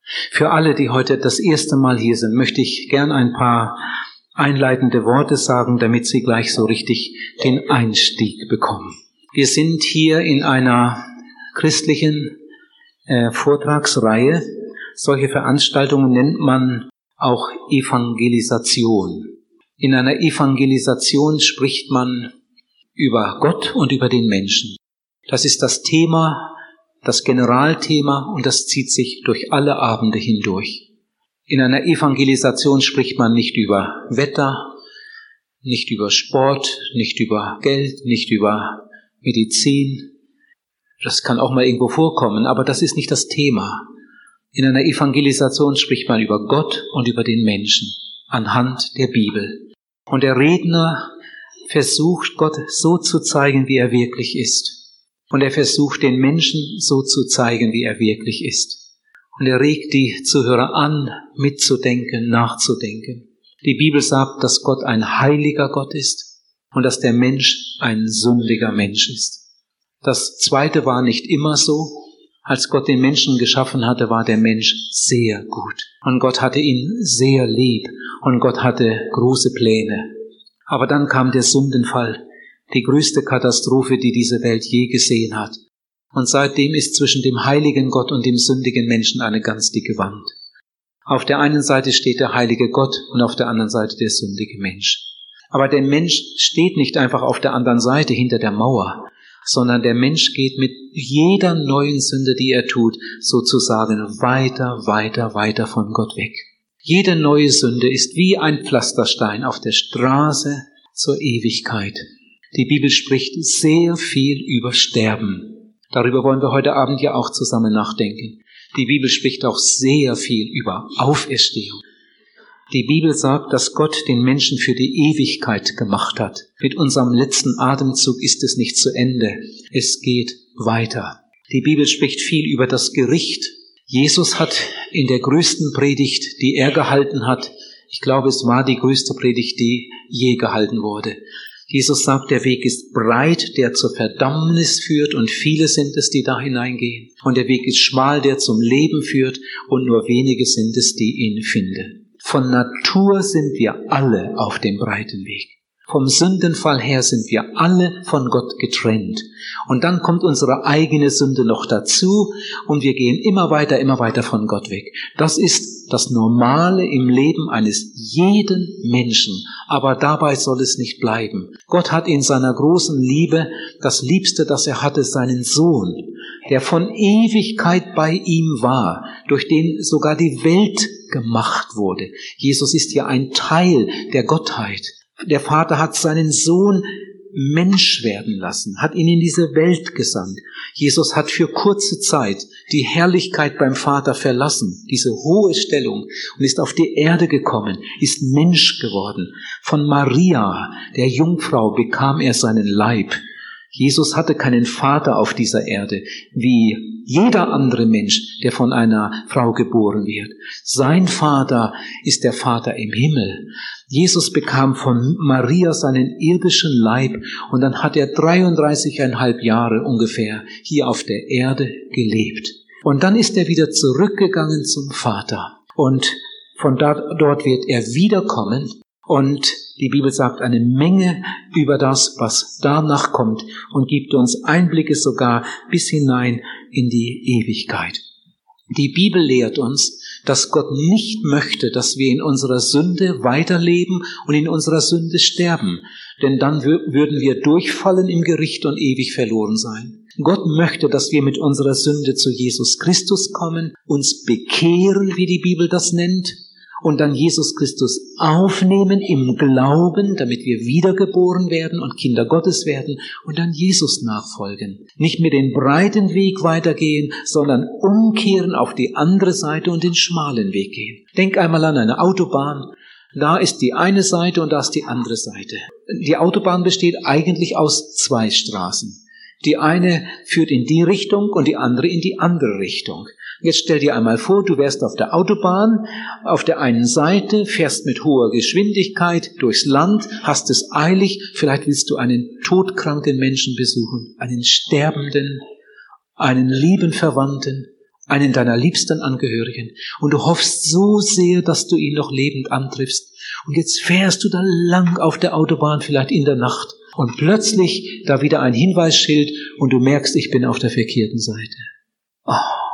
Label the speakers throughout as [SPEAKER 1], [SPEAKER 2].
[SPEAKER 1] Für alle, die heute das erste Mal hier sind, möchte ich gern ein paar einleitende Worte sagen, damit Sie gleich so richtig den Einstieg bekommen. Wir sind hier in einer christlichen Vortragsreihe. Solche Veranstaltungen nennt man auch Evangelisation. In einer Evangelisation spricht man über Gott und über den Menschen. Das ist das Thema, das Generalthema, und das zieht sich durch alle Abende hindurch. In einer Evangelisation spricht man nicht über Wetter, nicht über Sport, nicht über Geld, nicht über Medizin. Das kann auch mal irgendwo vorkommen, aber das ist nicht das Thema. In einer Evangelisation spricht man über Gott und über den Menschen anhand der Bibel. Und der Redner versucht, Gott so zu zeigen, wie er wirklich ist. Und er versucht, den Menschen so zu zeigen, wie er wirklich ist. Und er regt die Zuhörer an, mitzudenken, nachzudenken. Die Bibel sagt, dass Gott ein heiliger Gott ist und dass der Mensch ein sündiger Mensch ist. Das Zweite war nicht immer so. Als Gott den Menschen geschaffen hatte, war der Mensch sehr gut. Und Gott hatte ihn sehr lieb. Und Gott hatte große Pläne. Aber dann kam der Sündenfall. Die größte Katastrophe, die diese Welt je gesehen hat. Und seitdem ist zwischen dem heiligen Gott und dem sündigen Menschen eine ganz dicke Wand. Auf der einen Seite steht der heilige Gott und auf der anderen Seite der sündige Mensch. Aber der Mensch steht nicht einfach auf der anderen Seite hinter der Mauer, sondern der Mensch geht mit jeder neuen Sünde, die er tut, sozusagen weiter, weiter, weiter von Gott weg. Jede neue Sünde ist wie ein Pflasterstein auf der Straße zur Ewigkeit. Die Bibel spricht sehr viel über Sterben. Darüber wollen wir heute Abend ja auch zusammen nachdenken. Die Bibel spricht auch sehr viel über Auferstehung. Die Bibel sagt, dass Gott den Menschen für die Ewigkeit gemacht hat. Mit unserem letzten Atemzug ist es nicht zu Ende. Es geht weiter. Die Bibel spricht viel über das Gericht. Jesus hat in der größten Predigt, die er gehalten hat, ich glaube, es war die größte Predigt, die je gehalten wurde. Jesus sagt, der Weg ist breit, der zur Verdammnis führt, und viele sind es, die da hineingehen. Und der Weg ist schmal, der zum Leben führt, und nur wenige sind es, die ihn finden. Von Natur sind wir alle auf dem breiten Weg. Vom Sündenfall her sind wir alle von Gott getrennt. Und dann kommt unsere eigene Sünde noch dazu und wir gehen immer weiter von Gott weg. Das ist das Normale im Leben eines jeden Menschen. Aber dabei soll es nicht bleiben. Gott hat in seiner großen Liebe das Liebste, das er hatte, seinen Sohn, der von Ewigkeit bei ihm war, durch den sogar die Welt gemacht wurde. Jesus ist ja ein Teil der Gottheit. Der Vater hat seinen Sohn Mensch werden lassen, hat ihn in diese Welt gesandt. Jesus hat für kurze Zeit die Herrlichkeit beim Vater verlassen, diese hohe Stellung, und ist auf die Erde gekommen, ist Mensch geworden. Von Maria, der Jungfrau, bekam er seinen Leib. Jesus hatte keinen Vater auf dieser Erde, wie jeder andere Mensch, der von einer Frau geboren wird. Sein Vater ist der Vater im Himmel. Jesus bekam von Maria seinen irdischen Leib und dann hat er 33,5 Jahre ungefähr hier auf der Erde gelebt. Und dann ist er wieder zurückgegangen zum Vater. Und von dort wird er wiederkommen. Und die Bibel sagt eine Menge über das, was danach kommt, und gibt uns Einblicke sogar bis hinein in die Ewigkeit. Die Bibel lehrt uns, dass Gott nicht möchte, dass wir in unserer Sünde weiterleben und in unserer Sünde sterben, denn dann würden wir durchfallen im Gericht und ewig verloren sein. Gott möchte, dass wir mit unserer Sünde zu Jesus Christus kommen, uns bekehren, wie die Bibel das nennt, und dann Jesus Christus aufnehmen im Glauben, damit wir wiedergeboren werden und Kinder Gottes werden und dann Jesus nachfolgen. Nicht mehr den breiten Weg weitergehen, sondern umkehren auf die andere Seite und den schmalen Weg gehen. Denk einmal an eine Autobahn. Da ist die eine Seite und da ist die andere Seite. Die Autobahn besteht eigentlich aus 2 Straßen. Die eine führt in die Richtung und die andere in die andere Richtung. Jetzt stell dir einmal vor, du wärst auf der Autobahn, auf der einen Seite, fährst mit hoher Geschwindigkeit durchs Land, hast es eilig, vielleicht willst du einen todkranken Menschen besuchen, einen Sterbenden, einen lieben Verwandten, einen deiner liebsten Angehörigen, und du hoffst so sehr, dass du ihn noch lebend antriffst. Und jetzt fährst du da lang auf der Autobahn, vielleicht in der Nacht, und plötzlich da wieder ein Hinweisschild und du merkst, ich bin auf der verkehrten Seite. Oh,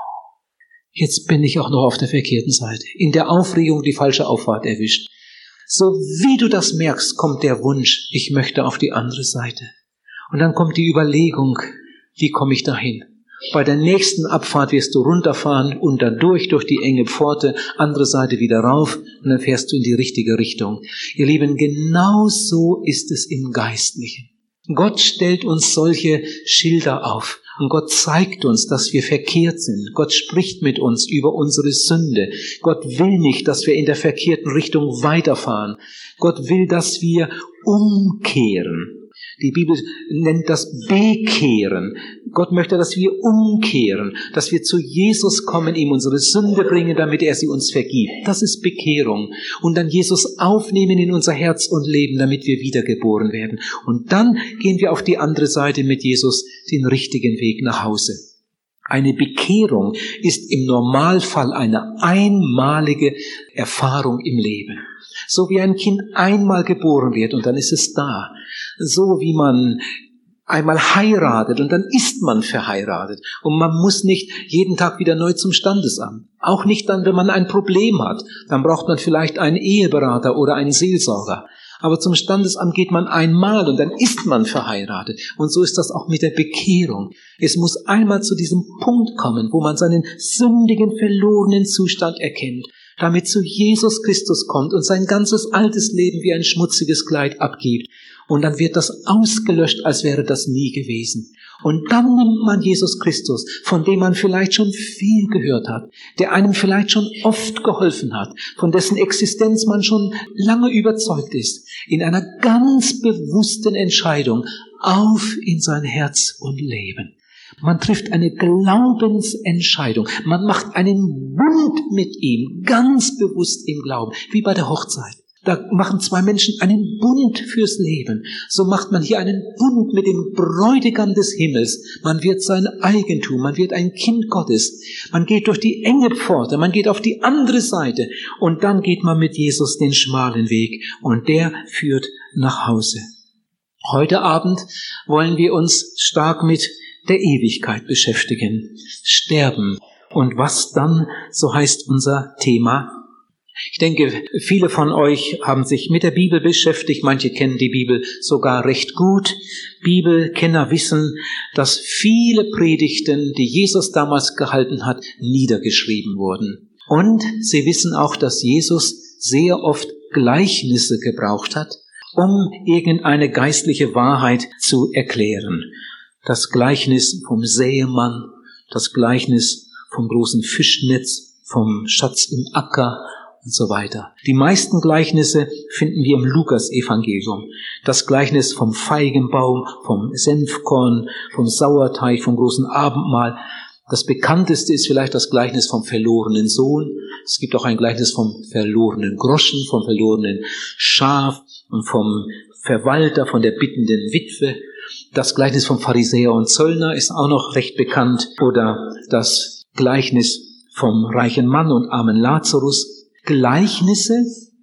[SPEAKER 1] jetzt bin ich auch noch auf der verkehrten Seite. In der Aufregung die falsche Auffahrt erwischt. So wie du das merkst, kommt der Wunsch, ich möchte auf die andere Seite. Und dann kommt die Überlegung, wie komme ich dahin? Bei der nächsten Abfahrt wirst du runterfahren und dann durch die enge Pforte, andere Seite wieder rauf und dann fährst du in die richtige Richtung. Ihr Lieben, genau so ist es im Geistlichen. Gott stellt uns solche Schilder auf und Gott zeigt uns, dass wir verkehrt sind. Gott spricht mit uns über unsere Sünde. Gott will nicht, dass wir in der verkehrten Richtung weiterfahren. Gott will, dass wir umkehren. Die Bibel nennt das Bekehren. Gott möchte, dass wir umkehren, dass wir zu Jesus kommen, ihm unsere Sünde bringen, damit er sie uns vergibt. Das ist Bekehrung. Und dann Jesus aufnehmen in unser Herz und Leben, damit wir wiedergeboren werden. Und dann gehen wir auf die andere Seite mit Jesus den richtigen Weg nach Hause. Eine Bekehrung ist im Normalfall eine einmalige Erfahrung im Leben. So wie ein Kind einmal geboren wird und dann ist es da. So wie man einmal heiratet und dann ist man verheiratet. Und man muss nicht jeden Tag wieder neu zum Standesamt. Auch nicht dann, wenn man ein Problem hat. Dann braucht man vielleicht einen Eheberater oder einen Seelsorger. Aber zum Standesamt geht man einmal und dann ist man verheiratet. Und so ist das auch mit der Bekehrung. Es muss einmal zu diesem Punkt kommen, wo man seinen sündigen, verlorenen Zustand erkennt, damit zu Jesus Christus kommt und sein ganzes altes Leben wie ein schmutziges Kleid abgibt. Und dann wird das ausgelöscht, als wäre das nie gewesen. Und dann nimmt man Jesus Christus, von dem man vielleicht schon viel gehört hat, der einem vielleicht schon oft geholfen hat, von dessen Existenz man schon lange überzeugt ist, in einer ganz bewussten Entscheidung auf in sein Herz und Leben. Man trifft eine Glaubensentscheidung. Man macht einen Bund mit ihm, ganz bewusst im Glauben, wie bei der Hochzeit. Da machen zwei Menschen einen Bund fürs Leben. So macht man hier einen Bund mit dem Bräutigam des Himmels. Man wird sein Eigentum, man wird ein Kind Gottes. Man geht durch die enge Pforte, man geht auf die andere Seite und dann geht man mit Jesus den schmalen Weg und der führt nach Hause. Heute Abend wollen wir uns stark mit der Ewigkeit beschäftigen. Sterben. Und was dann, so heißt unser Thema. Ich denke, viele von euch haben sich mit der Bibel beschäftigt. Manche kennen die Bibel sogar recht gut. Bibelkenner wissen, dass viele Predigten, die Jesus damals gehalten hat, niedergeschrieben wurden. Und sie wissen auch, dass Jesus sehr oft Gleichnisse gebraucht hat, um irgendeine geistliche Wahrheit zu erklären. Das Gleichnis vom Säemann, das Gleichnis vom großen Fischnetz, vom Schatz im Acker und so weiter. Die meisten Gleichnisse finden wir im Lukas-Evangelium. Das Gleichnis vom Feigenbaum, vom Senfkorn, vom Sauerteig, vom großen Abendmahl. Das bekannteste ist vielleicht das Gleichnis vom verlorenen Sohn. Es gibt auch ein Gleichnis vom verlorenen Groschen, vom verlorenen Schaf und vom Verwalter, von der bittenden Witwe. Das Gleichnis vom Pharisäer und Zöllner ist auch noch recht bekannt. Oder das Gleichnis vom reichen Mann und armen Lazarus. Gleichnisse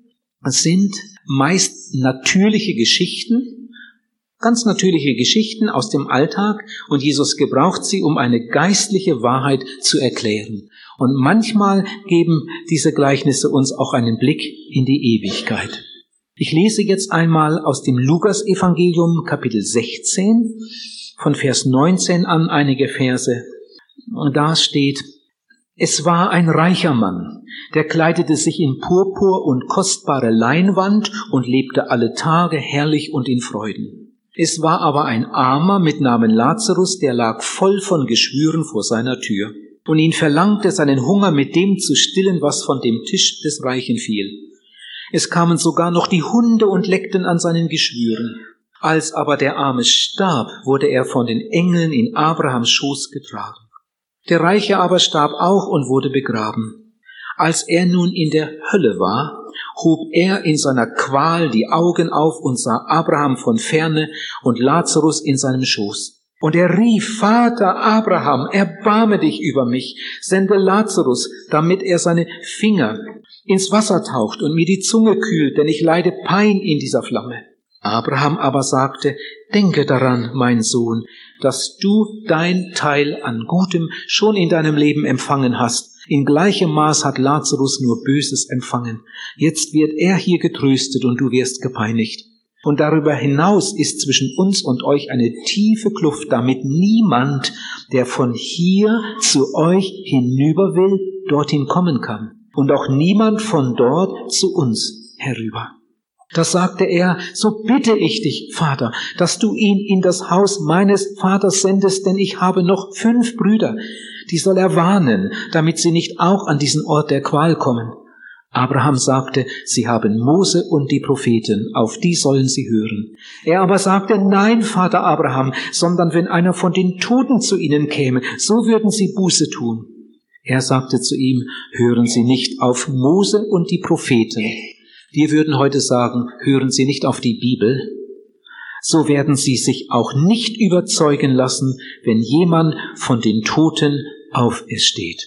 [SPEAKER 1] sind meist natürliche Geschichten, ganz natürliche Geschichten aus dem Alltag und Jesus gebraucht sie, um eine geistliche Wahrheit zu erklären. Und manchmal geben diese Gleichnisse uns auch einen Blick in die Ewigkeit. Ich lese jetzt einmal aus dem Lukas-Evangelium, Kapitel 16, von Vers 19 an einige Verse. Und da steht: Es war ein reicher Mann, der kleidete sich in Purpur und kostbare Leinwand und lebte alle Tage herrlich und in Freuden. Es war aber ein Armer mit Namen Lazarus, der lag voll von Geschwüren vor seiner Tür. Und ihn verlangte, seinen Hunger mit dem zu stillen, was von dem Tisch des Reichen fiel. Es kamen sogar noch die Hunde und leckten an seinen Geschwüren. Als aber der Arme starb, wurde er von den Engeln in Abrahams Schoß getragen. Der Reiche aber starb auch und wurde begraben. Als er nun in der Hölle war, hob er in seiner Qual die Augen auf und sah Abraham von ferne und Lazarus in seinem Schoß. Und er rief, Vater Abraham, erbarme dich über mich, sende Lazarus, damit er seine Finger ins Wasser taucht und mir die Zunge kühlt, denn ich leide Pein in dieser Flamme. Abraham aber sagte, denke daran, mein Sohn, dass du dein Teil an Gutem schon in deinem Leben empfangen hast. In gleichem Maß hat Lazarus nur Böses empfangen. Jetzt wird er hier getröstet und du wirst gepeinigt. Und darüber hinaus ist zwischen uns und euch eine tiefe Kluft, damit niemand, der von hier zu euch hinüber will, dorthin kommen kann. Und auch niemand von dort zu uns herüber. Das sagte er, so bitte ich dich, Vater, dass du ihn in das Haus meines Vaters sendest, denn ich habe noch 5 Brüder, die soll er warnen, damit sie nicht auch an diesen Ort der Qual kommen. Abraham sagte, sie haben Mose und die Propheten, auf die sollen sie hören. Er aber sagte, nein, Vater Abraham, sondern wenn einer von den Toten zu ihnen käme, so würden sie Buße tun. Er sagte zu ihm, hören Sie nicht auf Mose und die Propheten. Wir würden heute sagen, hören Sie nicht auf die Bibel. So werden Sie sich auch nicht überzeugen lassen, wenn jemand von den Toten aufersteht.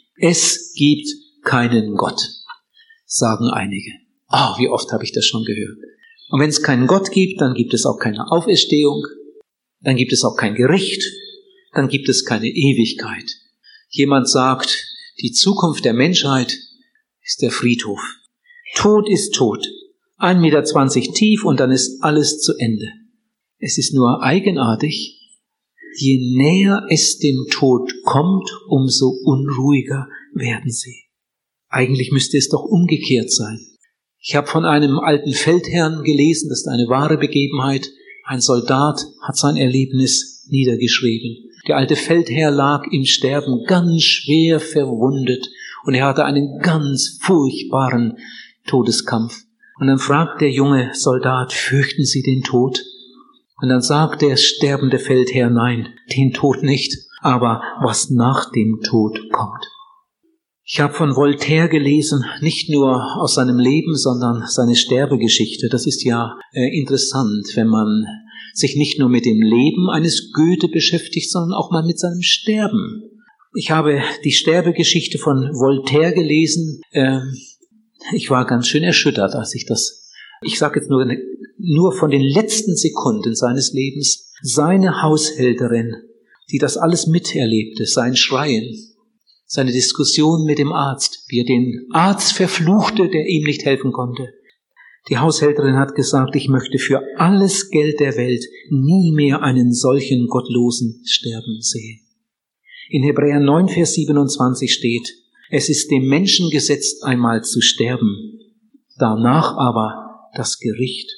[SPEAKER 1] Es gibt keinen Gott, sagen einige. Oh, wie oft habe ich das schon gehört. Und wenn es keinen Gott gibt, dann gibt es auch keine Auferstehung, dann gibt es auch kein Gericht, dann gibt es keine Ewigkeit. Jemand sagt, die Zukunft der Menschheit ist der Friedhof. Tod ist tot. 1,20 Meter tief und dann ist alles zu Ende. Es ist nur eigenartig, je näher es dem Tod kommt, umso unruhiger werden sie. Eigentlich müsste es doch umgekehrt sein. Ich habe von einem alten Feldherrn gelesen, das ist eine wahre Begebenheit. Ein Soldat hat sein Erlebnis niedergeschrieben. Der alte Feldherr lag im Sterben ganz schwer verwundet und er hatte einen ganz furchtbaren Todeskampf. Und dann fragt der junge Soldat, fürchten Sie den Tod? Und dann sagt der sterbende Feldherr, nein, den Tod nicht, aber was nach dem Tod kommt. Ich habe von Voltaire gelesen, nicht nur aus seinem Leben, sondern seine Sterbegeschichte. Das ist ja interessant, wenn man sich nicht nur mit dem Leben eines Goethe beschäftigt, sondern auch mal mit seinem Sterben. Ich habe die Sterbegeschichte von Voltaire gelesen. Ich war ganz schön erschüttert, als ich sage jetzt nur von den letzten Sekunden seines Lebens, seine Haushälterin, die das alles miterlebte, sein Schreien, seine Diskussion mit dem Arzt, wie er den Arzt verfluchte, der ihm nicht helfen konnte. Die Haushälterin hat gesagt, ich möchte für alles Geld der Welt nie mehr einen solchen Gottlosen sterben sehen. In Hebräer 9, Vers 27 steht, es ist dem Menschen gesetzt, einmal zu sterben, danach aber das Gericht.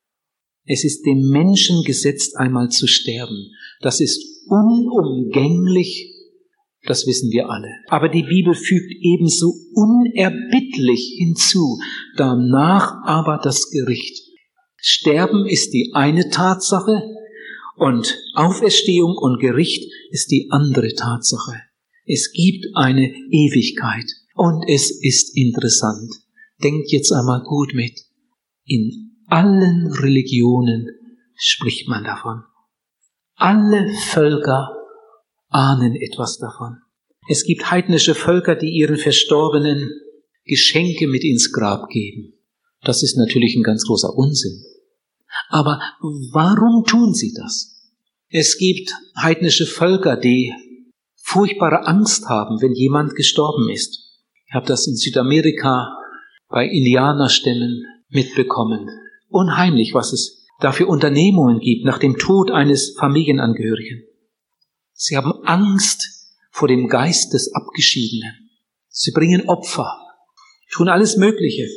[SPEAKER 1] Es ist dem Menschen gesetzt, einmal zu sterben. Das ist unumgänglich, das wissen wir alle. Aber die Bibel fügt ebenso unerbittlich hinzu, danach aber das Gericht. Sterben ist die eine Tatsache und Auferstehung und Gericht ist die andere Tatsache. Es gibt eine Ewigkeit und es ist interessant. Denkt jetzt einmal gut mit. In allen Religionen spricht man davon. Alle Völker ahnen etwas davon. Es gibt heidnische Völker, die ihren Verstorbenen Geschenke mit ins Grab geben. Das ist natürlich ein ganz großer Unsinn. Aber warum tun sie das? Es gibt heidnische Völker, die furchtbare Angst haben, wenn jemand gestorben ist. Ich habe das in Südamerika bei Indianerstämmen mitbekommen. Unheimlich, was es da für Unternehmungen gibt nach dem Tod eines Familienangehörigen. Sie haben Angst vor dem Geist des Abgeschiedenen. Sie bringen Opfer, tun alles Mögliche.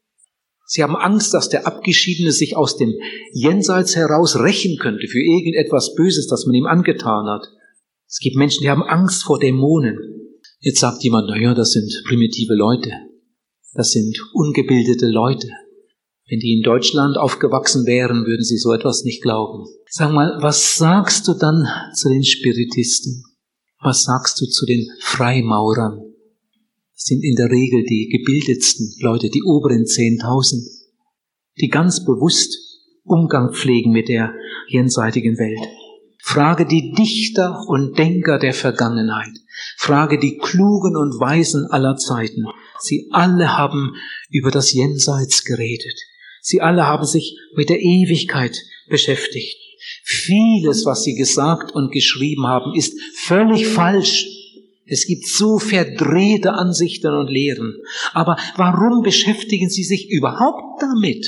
[SPEAKER 1] Sie haben Angst, dass der Abgeschiedene sich aus dem Jenseits heraus rächen könnte für irgendetwas Böses, das man ihm angetan hat. Es gibt Menschen, die haben Angst vor Dämonen. Jetzt sagt jemand, naja, das sind primitive Leute. Das sind ungebildete Leute. Wenn die in Deutschland aufgewachsen wären, würden sie so etwas nicht glauben. Sag mal, was sagst du dann zu den Spiritisten? Was sagst du zu den Freimaurern? Das sind in der Regel die gebildetsten Leute, die oberen 10.000, die ganz bewusst Umgang pflegen mit der jenseitigen Welt. Frage die Dichter und Denker der Vergangenheit. Frage die Klugen und Weisen aller Zeiten. Sie alle haben über das Jenseits geredet. Sie alle haben sich mit der Ewigkeit beschäftigt. Vieles, was sie gesagt und geschrieben haben, ist völlig falsch. Es gibt so verdrehte Ansichten und Lehren. Aber warum beschäftigen sie sich überhaupt damit?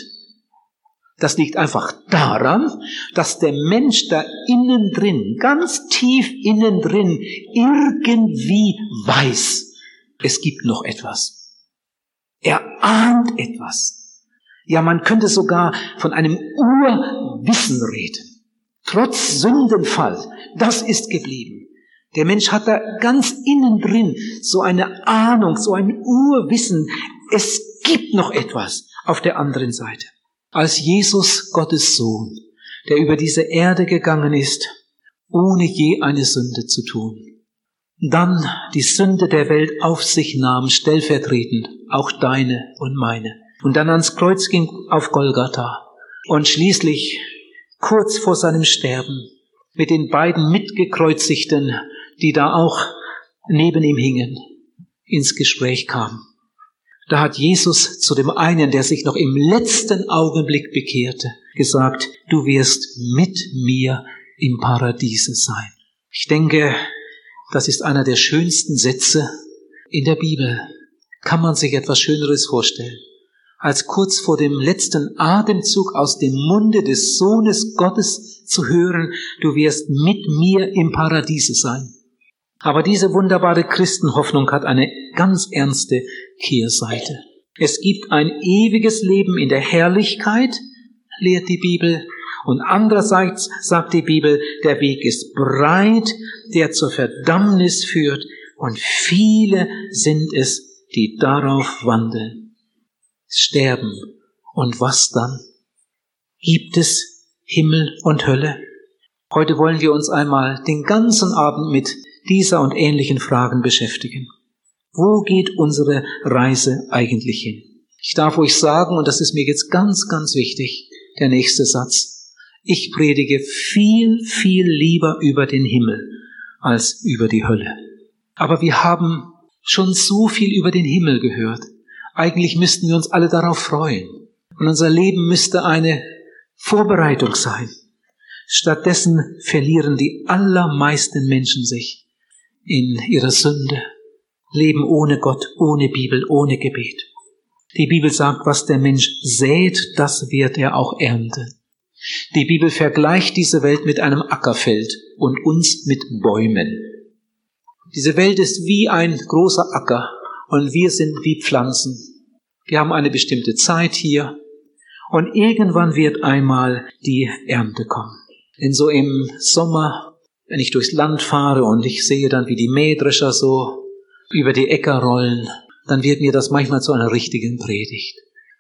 [SPEAKER 1] Das liegt einfach daran, dass der Mensch da innen drin, ganz tief innen drin, irgendwie weiß, es gibt noch etwas. Er ahnt etwas. Ja, man könnte sogar von einem Urwissen reden. Trotz Sündenfall, das ist geblieben. Der Mensch hat da ganz innen drin so eine Ahnung, so ein Urwissen. Es gibt noch etwas auf der anderen Seite. Als Jesus, Gottes Sohn, der über diese Erde gegangen ist, ohne je eine Sünde zu tun, dann die Sünde der Welt auf sich nahm, stellvertretend, auch deine und meine, und dann ans Kreuz ging auf Golgatha und schließlich kurz vor seinem Sterben mit den beiden Mitgekreuzigten, die da auch neben ihm hingen, ins Gespräch kam. Da hat Jesus zu dem einen, der sich noch im letzten Augenblick bekehrte, gesagt, du wirst mit mir im Paradiese sein. Ich denke, das ist einer der schönsten Sätze in der Bibel. Kann man sich etwas Schöneres vorstellen, als kurz vor dem letzten Atemzug aus dem Munde des Sohnes Gottes zu hören, du wirst mit mir im Paradiese sein. Aber diese wunderbare Christenhoffnung hat eine ganz ernste Kehrseite. Es gibt ein ewiges Leben in der Herrlichkeit, lehrt die Bibel, und andererseits sagt die Bibel, der Weg ist breit, der zur Verdammnis führt, und viele sind es, die darauf wandeln. Sterben. Und was dann? Gibt es Himmel und Hölle? Heute wollen wir uns einmal den ganzen Abend mit dieser und ähnlichen Fragen beschäftigen. Wo geht unsere Reise eigentlich hin? Ich darf euch sagen, und das ist mir jetzt ganz, ganz wichtig, der nächste Satz. Ich predige viel, viel lieber über den Himmel als über die Hölle. Aber wir haben schon so viel über den Himmel gehört. Eigentlich müssten wir uns alle darauf freuen. Und unser Leben müsste eine Vorbereitung sein. Stattdessen verlieren die allermeisten Menschen sich in ihrer Sünde, leben ohne Gott, ohne Bibel, ohne Gebet. Die Bibel sagt, was der Mensch sät, das wird er auch ernten. Die Bibel vergleicht diese Welt mit einem Ackerfeld und uns mit Bäumen. Diese Welt ist wie ein großer Acker und wir sind wie Pflanzen. Wir haben eine bestimmte Zeit hier und irgendwann wird einmal die Ernte kommen. Denn so im Sommer, wenn ich durchs Land fahre und ich sehe dann, wie die Mähdrescher so über die Äcker rollen, dann wird mir das manchmal zu einer richtigen Predigt.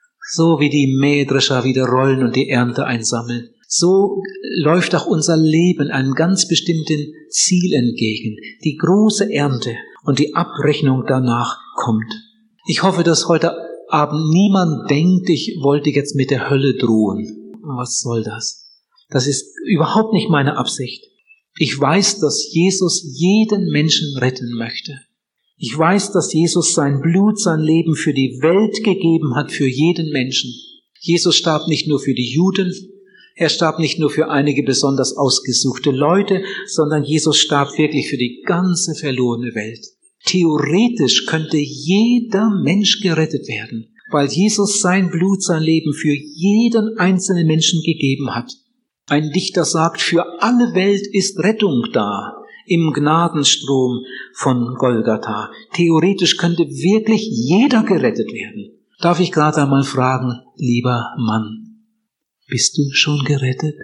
[SPEAKER 1] So wie die Mähdrescher wieder rollen und die Ernte einsammeln, so läuft auch unser Leben einem ganz bestimmten Ziel entgegen. Die große Ernte und die Abrechnung danach kommt. Ich hoffe, dass heute Abend niemand denkt, ich wollte jetzt mit der Hölle drohen. Was soll das? Das ist überhaupt nicht meine Absicht. Ich weiß, dass Jesus jeden Menschen retten möchte. Ich weiß, dass Jesus sein Blut, sein Leben für die Welt gegeben hat, für jeden Menschen. Jesus starb nicht nur für die Juden, er starb nicht nur für einige besonders ausgesuchte Leute, sondern Jesus starb wirklich für die ganze verlorene Welt. Theoretisch könnte jeder Mensch gerettet werden, weil Jesus sein Blut, sein Leben für jeden einzelnen Menschen gegeben hat. Ein Dichter sagt, für alle Welt ist Rettung da, im Gnadenstrom von Golgatha. Theoretisch könnte wirklich jeder gerettet werden. Darf ich gerade einmal fragen, lieber Mann, bist du schon gerettet?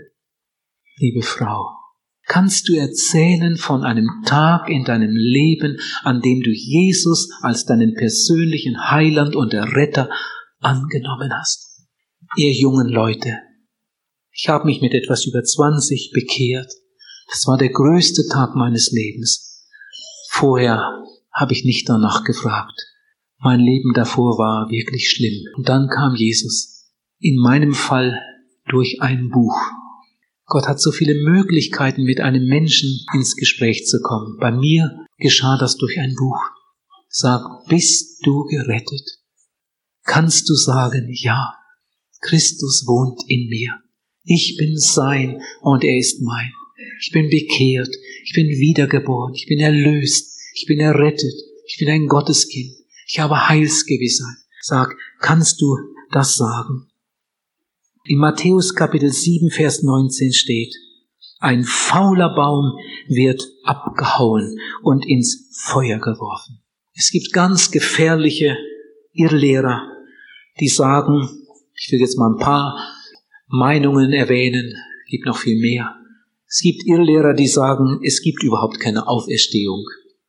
[SPEAKER 1] Liebe Frau, kannst du erzählen von einem Tag in deinem Leben, an dem du Jesus als deinen persönlichen Heiland und Retter angenommen hast? Ihr jungen Leute, ich habe mich mit etwas über 20 bekehrt. Das war der größte Tag meines Lebens. Vorher habe ich nicht danach gefragt. Mein Leben davor war wirklich schlimm. Und dann kam Jesus. In meinem Fall durch ein Buch. Gott hat so viele Möglichkeiten, mit einem Menschen ins Gespräch zu kommen. Bei mir geschah das durch ein Buch. Sag, bist du gerettet? Kannst du sagen, ja, Christus wohnt in mir. Ich bin sein und er ist mein. Ich bin bekehrt, ich bin wiedergeboren, ich bin erlöst, ich bin errettet, ich bin ein Gotteskind, ich habe Heilsgewissheit. Sag, kannst du das sagen? In Matthäus Kapitel 7, Vers 19 steht, ein fauler Baum wird abgehauen und ins Feuer geworfen. Es gibt ganz gefährliche Irrlehrer, die sagen, ich will jetzt mal ein paar Meinungen erwähnen, es gibt noch viel mehr. Es gibt Irrlehrer, die sagen, es gibt überhaupt keine Auferstehung.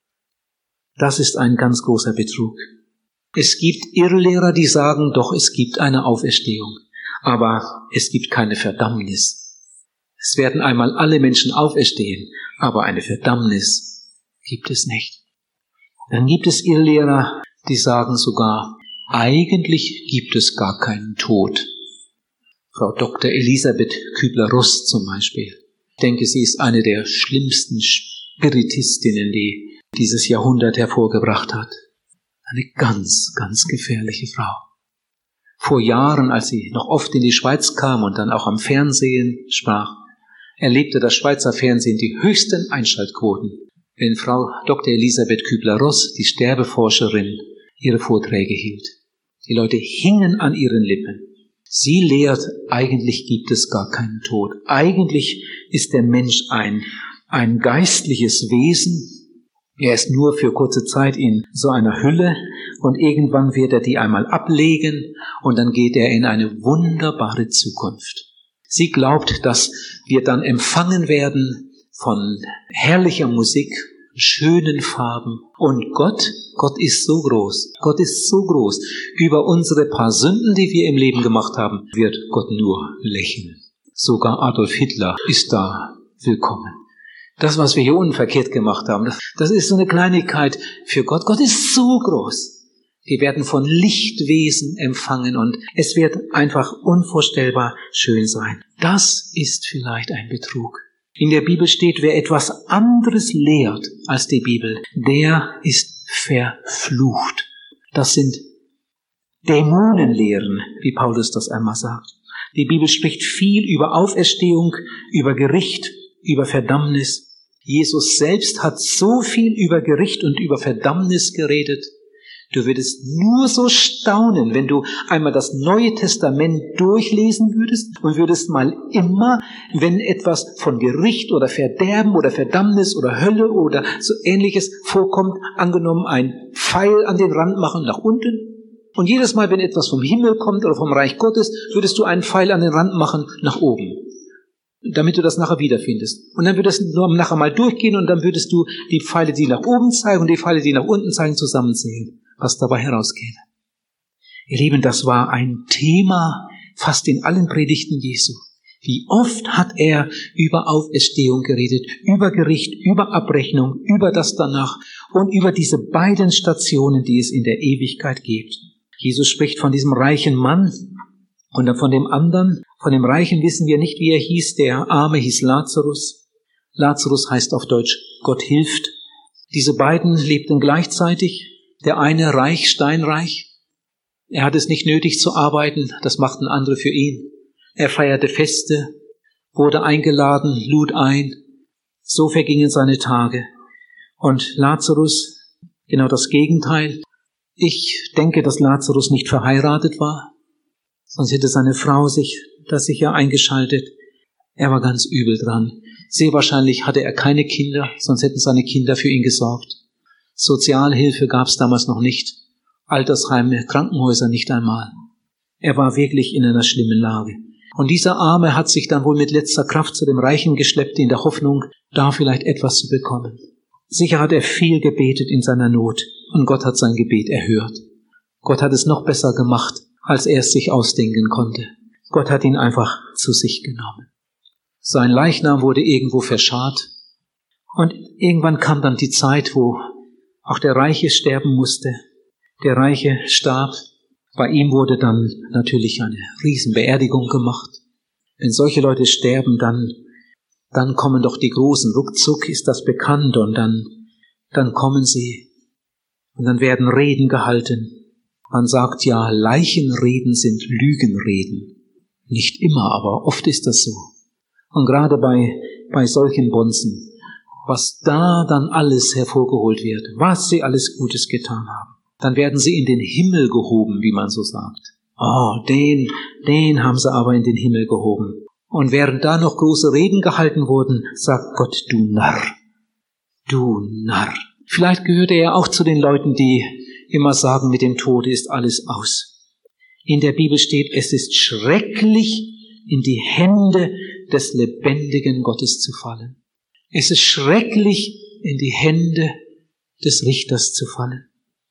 [SPEAKER 1] Das ist ein ganz großer Betrug. Es gibt Irrlehrer, die sagen, doch, es gibt eine Auferstehung. Aber es gibt keine Verdammnis. Es werden einmal alle Menschen auferstehen, aber eine Verdammnis gibt es nicht. Dann gibt es Irrlehrer, die sagen sogar, eigentlich gibt es gar keinen Tod. Frau Dr. Elisabeth Kübler-Ross zum Beispiel. Ich denke, sie ist eine der schlimmsten Spiritistinnen, die dieses Jahrhundert hervorgebracht hat. Eine ganz, ganz gefährliche Frau. Vor Jahren, als sie noch oft in die Schweiz kam und dann auch am Fernsehen sprach, erlebte das Schweizer Fernsehen die höchsten Einschaltquoten, wenn Frau Dr. Elisabeth Kübler-Ross, die Sterbeforscherin, ihre Vorträge hielt. Die Leute hingen an ihren Lippen. Sie lehrt, eigentlich gibt es gar keinen Tod. Eigentlich ist der Mensch ein geistliches Wesen. Er ist nur für kurze Zeit in so einer Hülle und irgendwann wird er die einmal ablegen und dann geht er in eine wunderbare Zukunft. Sie glaubt, dass wir dann empfangen werden von herrlicher Musik, schönen Farben und Gott ist so groß. Gott ist so groß. Über unsere paar Sünden, die wir im Leben gemacht haben, wird Gott nur lächeln. Sogar Adolf Hitler ist da willkommen. Das, was wir hier unten verkehrt gemacht haben, das ist so eine Kleinigkeit für Gott. Gott ist so groß. Wir werden von Lichtwesen empfangen und es wird einfach unvorstellbar schön sein. Das ist vielleicht ein Betrug. In der Bibel steht, wer etwas anderes lehrt als die Bibel, der ist verflucht. Das sind Dämonenlehren, wie Paulus das einmal sagt. Die Bibel spricht viel über Auferstehung, über Gericht, über Verdammnis. Jesus selbst hat so viel über Gericht und über Verdammnis geredet. Du würdest nur so staunen, wenn du einmal das Neue Testament durchlesen würdest und würdest mal immer, wenn etwas von Gericht oder Verderben oder Verdammnis oder Hölle oder so Ähnliches vorkommt, angenommen ein Pfeil an den Rand machen nach unten. Und jedes Mal, wenn etwas vom Himmel kommt oder vom Reich Gottes, würdest du einen Pfeil an den Rand machen nach oben, damit du das nachher wiederfindest. Und dann würdest du nachher mal durchgehen und dann würdest du die Pfeile, die nach oben zeigen und die Pfeile, die nach unten zeigen, zusammenzählen, was dabei herauskäme. Ihr Lieben, das war ein Thema fast in allen Predigten Jesu. Wie oft hat er über Auferstehung geredet, über Gericht, über Abrechnung, über das danach und über diese beiden Stationen, die es in der Ewigkeit gibt. Jesus spricht von diesem reichen Mann und dann von dem anderen. Von dem Reichen wissen wir nicht, wie er hieß. Der Arme hieß Lazarus. Lazarus heißt auf Deutsch, Gott hilft. Diese beiden lebten gleichzeitig. Der eine reich, steinreich. Er hat es nicht nötig zu arbeiten, das machten andere für ihn. Er feierte Feste, wurde eingeladen, lud ein. So vergingen seine Tage. Und Lazarus, genau das Gegenteil. Ich denke, dass Lazarus nicht verheiratet war. Sonst hätte seine Frau sich da sicher eingeschaltet. Er war ganz übel dran. Sehr wahrscheinlich hatte er keine Kinder, sonst hätten seine Kinder für ihn gesorgt. Sozialhilfe gab es damals noch nicht. Altersheime, Krankenhäuser nicht einmal. Er war wirklich in einer schlimmen Lage. Und dieser Arme hat sich dann wohl mit letzter Kraft zu dem Reichen geschleppt, in der Hoffnung, da vielleicht etwas zu bekommen. Sicher hat er viel gebetet in seiner Not und Gott hat sein Gebet erhört. Gott hat es noch besser gemacht, als er es sich ausdenken konnte. Gott hat ihn einfach zu sich genommen. Sein Leichnam wurde irgendwo verscharrt und irgendwann kam dann die Zeit, wo auch der Reiche sterben musste. Der Reiche starb. Bei ihm wurde dann natürlich eine Riesenbeerdigung gemacht. Wenn solche Leute sterben, dann Dann kommen doch die Großen, ruckzuck ist das bekannt und dann kommen sie und dann werden Reden gehalten. Man sagt ja, Leichenreden sind Lügenreden. Nicht immer, aber oft ist das so. Und gerade bei solchen Bonzen, was da dann alles hervorgeholt wird, was sie alles Gutes getan haben, dann werden sie in den Himmel gehoben, wie man so sagt. Oh, den haben sie aber in den Himmel gehoben. Und während da noch große Reden gehalten wurden, sagt Gott, du Narr, du Narr. Vielleicht gehörte er auch zu den Leuten, die immer sagen, mit dem Tode ist alles aus. In der Bibel steht, es ist schrecklich, in die Hände des lebendigen Gottes zu fallen. Es ist schrecklich, in die Hände des Richters zu fallen.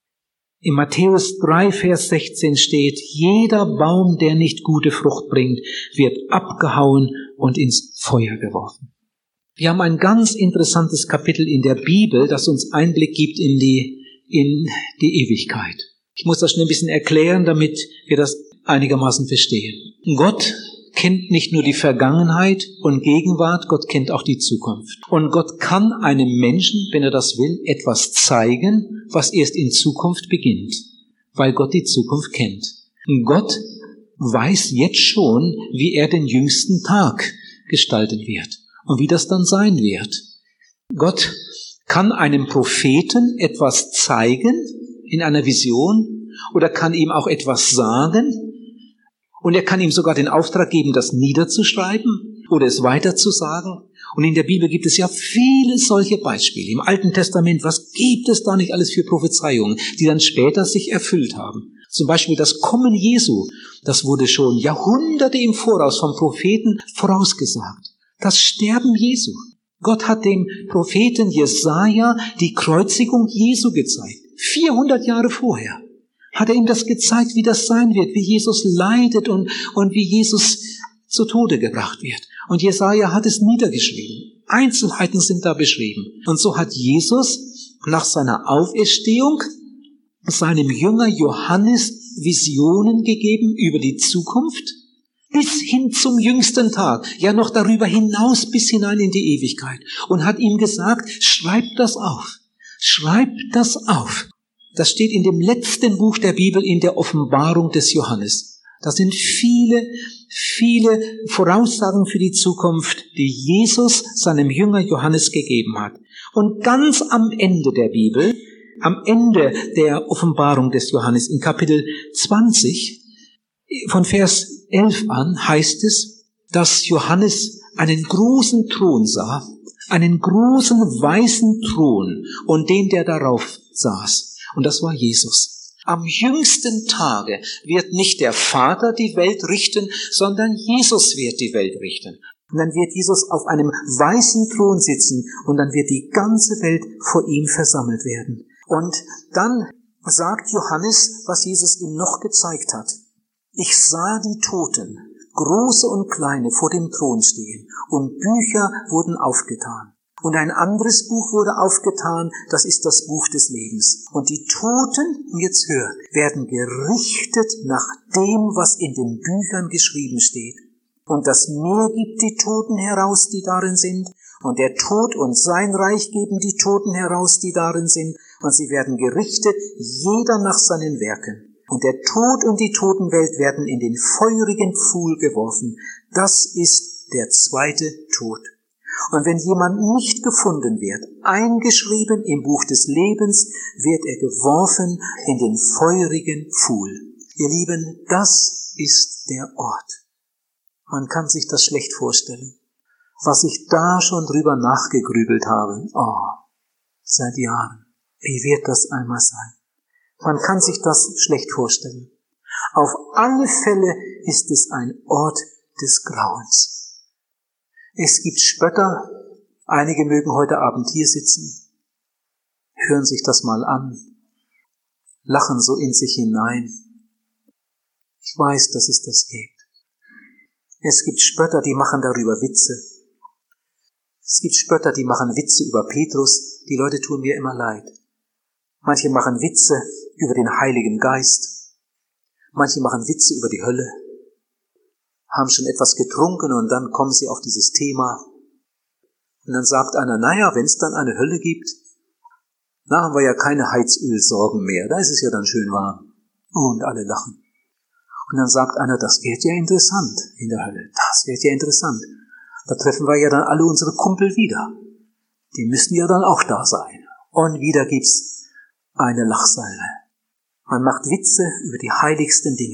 [SPEAKER 1] In Matthäus 3, Vers 16 steht, jeder Baum, der nicht gute Frucht bringt, wird abgehauen und ins Feuer geworfen. Wir haben ein ganz interessantes Kapitel in der Bibel, das uns Einblick gibt in die Ewigkeit. Ich muss das schnell ein bisschen erklären, damit wir das einigermaßen verstehen. Gott kennt nicht nur die Vergangenheit und Gegenwart, Gott kennt auch die Zukunft. Und Gott kann einem Menschen, wenn er das will, etwas zeigen, was erst in Zukunft beginnt, weil Gott die Zukunft kennt. Gott weiß jetzt schon, wie er den jüngsten Tag gestalten wird und wie das dann sein wird. Gott kann einem Propheten etwas zeigen in einer Vision oder kann ihm auch etwas sagen. Und er kann ihm sogar den Auftrag geben, das niederzuschreiben oder es weiterzusagen. Und in der Bibel gibt es ja viele solche Beispiele. Im Alten Testament, was gibt es da nicht alles für Prophezeiungen, die dann später sich erfüllt haben? Zum Beispiel das Kommen Jesu, das wurde schon Jahrhunderte im Voraus vom Propheten vorausgesagt. Das Sterben Jesu. Gott hat dem Propheten Jesaja die Kreuzigung Jesu gezeigt. 400 Jahre vorher hat er ihm das gezeigt, wie das sein wird, wie Jesus leidet und wie Jesus zu Tode gebracht wird. Und Jesaja hat es niedergeschrieben. Einzelheiten sind da beschrieben. Und so hat Jesus nach seiner Auferstehung seinem Jünger Johannes Visionen gegeben über die Zukunft, bis hin zum jüngsten Tag, ja noch darüber hinaus bis hinein in die Ewigkeit. Und hat ihm gesagt, schreib das auf. Schreib das auf. Das steht in dem letzten Buch der Bibel, in der Offenbarung des Johannes. Das sind viele Voraussagen für die Zukunft, die Jesus seinem Jünger Johannes gegeben hat. Und ganz am Ende der Bibel, am Ende der Offenbarung des Johannes, in Kapitel 20, von Vers 11 an, heißt es, dass Johannes einen großen Thron sah, einen großen weißen Thron und den, der darauf saß. Und das war Jesus. Am jüngsten Tage wird nicht der Vater die Welt richten, sondern Jesus wird die Welt richten. Und dann wird Jesus auf einem weißen Thron sitzen und dann wird die ganze Welt vor ihm versammelt werden. Und dann sagt Johannes, was Jesus ihm noch gezeigt hat. Ich sah die Toten, große und kleine, vor dem Thron stehen und Bücher wurden aufgetan. Und ein anderes Buch wurde aufgetan, das ist das Buch des Lebens. Und die Toten, jetzt hört, werden gerichtet nach dem, was in den Büchern geschrieben steht. Und das Meer gibt die Toten heraus, die darin sind. Und der Tod und sein Reich geben die Toten heraus, die darin sind. Und sie werden gerichtet, jeder nach seinen Werken. Und der Tod und die Totenwelt werden in den feurigen Pfuhl geworfen. Das ist der zweite Tod. Und wenn jemand nicht gefunden wird, eingeschrieben im Buch des Lebens, wird er geworfen in den feurigen Pfuhl. Ihr Lieben, das ist der Ort. Man kann sich das schlecht vorstellen. Was ich da schon drüber nachgegrübelt habe, seit Jahren. Wie wird das einmal sein? Man kann sich das schlecht vorstellen. Auf alle Fälle ist es ein Ort des Grauens. Es gibt Spötter, einige mögen heute Abend hier sitzen, hören sich das mal an, lachen so in sich hinein. Ich weiß, dass es das gibt. Es gibt Spötter, die machen darüber Witze. Es gibt Spötter, die machen Witze über Petrus. Die Leute tun mir immer leid. Manche machen Witze über den Heiligen Geist. Manche machen Witze über die Hölle. Haben schon etwas getrunken und dann kommen sie auf dieses Thema. Und dann sagt einer, naja, wenn es dann eine Hölle gibt, da haben wir ja keine Heizölsorgen mehr, da ist es ja dann schön warm. Und alle lachen. Und dann sagt einer, das wird ja interessant in der Hölle, das wird ja interessant. Da treffen wir ja dann alle unsere Kumpel wieder. Die müssen ja dann auch da sein. Und wieder gibt's eine Lachsalve. Man macht Witze über die heiligsten Dinge.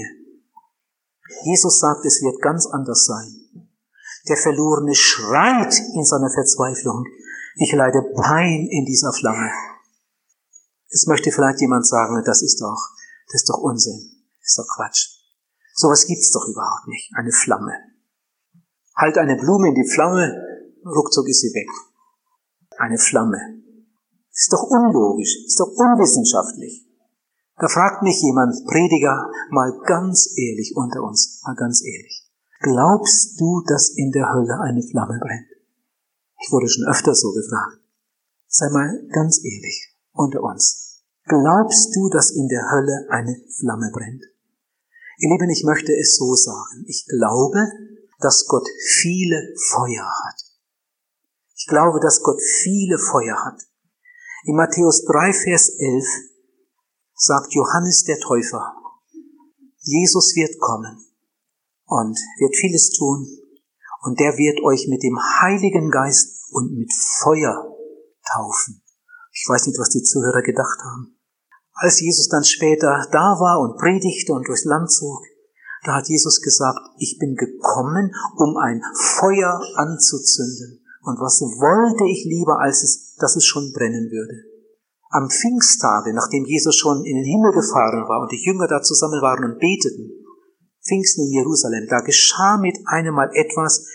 [SPEAKER 1] Jesus sagt, es wird ganz anders sein. Der Verlorene schreit in seiner Verzweiflung, ich leide Pein in dieser Flamme. Jetzt möchte vielleicht jemand sagen, das ist doch Unsinn, das ist doch Quatsch. Sowas gibt's doch überhaupt nicht, eine Flamme. Halt eine Blume in die Flamme, ruckzuck ist sie weg. Eine Flamme. Das ist doch unlogisch, das ist doch unwissenschaftlich. Da fragt mich jemand, Prediger, mal ganz ehrlich unter uns, mal ganz ehrlich. Glaubst du, dass in der Hölle eine Flamme brennt? Ich wurde schon öfter so gefragt. Sei mal ganz ehrlich unter uns. Glaubst du, dass in der Hölle eine Flamme brennt? Ihr Lieben, ich möchte es so sagen. Ich glaube, dass Gott viele Feuer hat. Ich glaube, dass Gott viele Feuer hat. In Matthäus 3, Vers 11 sagt Johannes der Täufer, Jesus wird kommen und wird vieles tun und der wird euch mit dem Heiligen Geist und mit Feuer taufen. Ich weiß nicht, was die Zuhörer gedacht haben. Als Jesus dann später da war und predigte und durchs Land zog, da hat Jesus gesagt, ich bin gekommen, um ein Feuer anzuzünden. Und was wollte ich lieber, als dass es schon brennen würde? Am Pfingsttage, nachdem Jesus schon in den Himmel gefahren war und die Jünger da zusammen waren und beteten, Pfingsten in Jerusalem, da geschah mit einem Mal etwas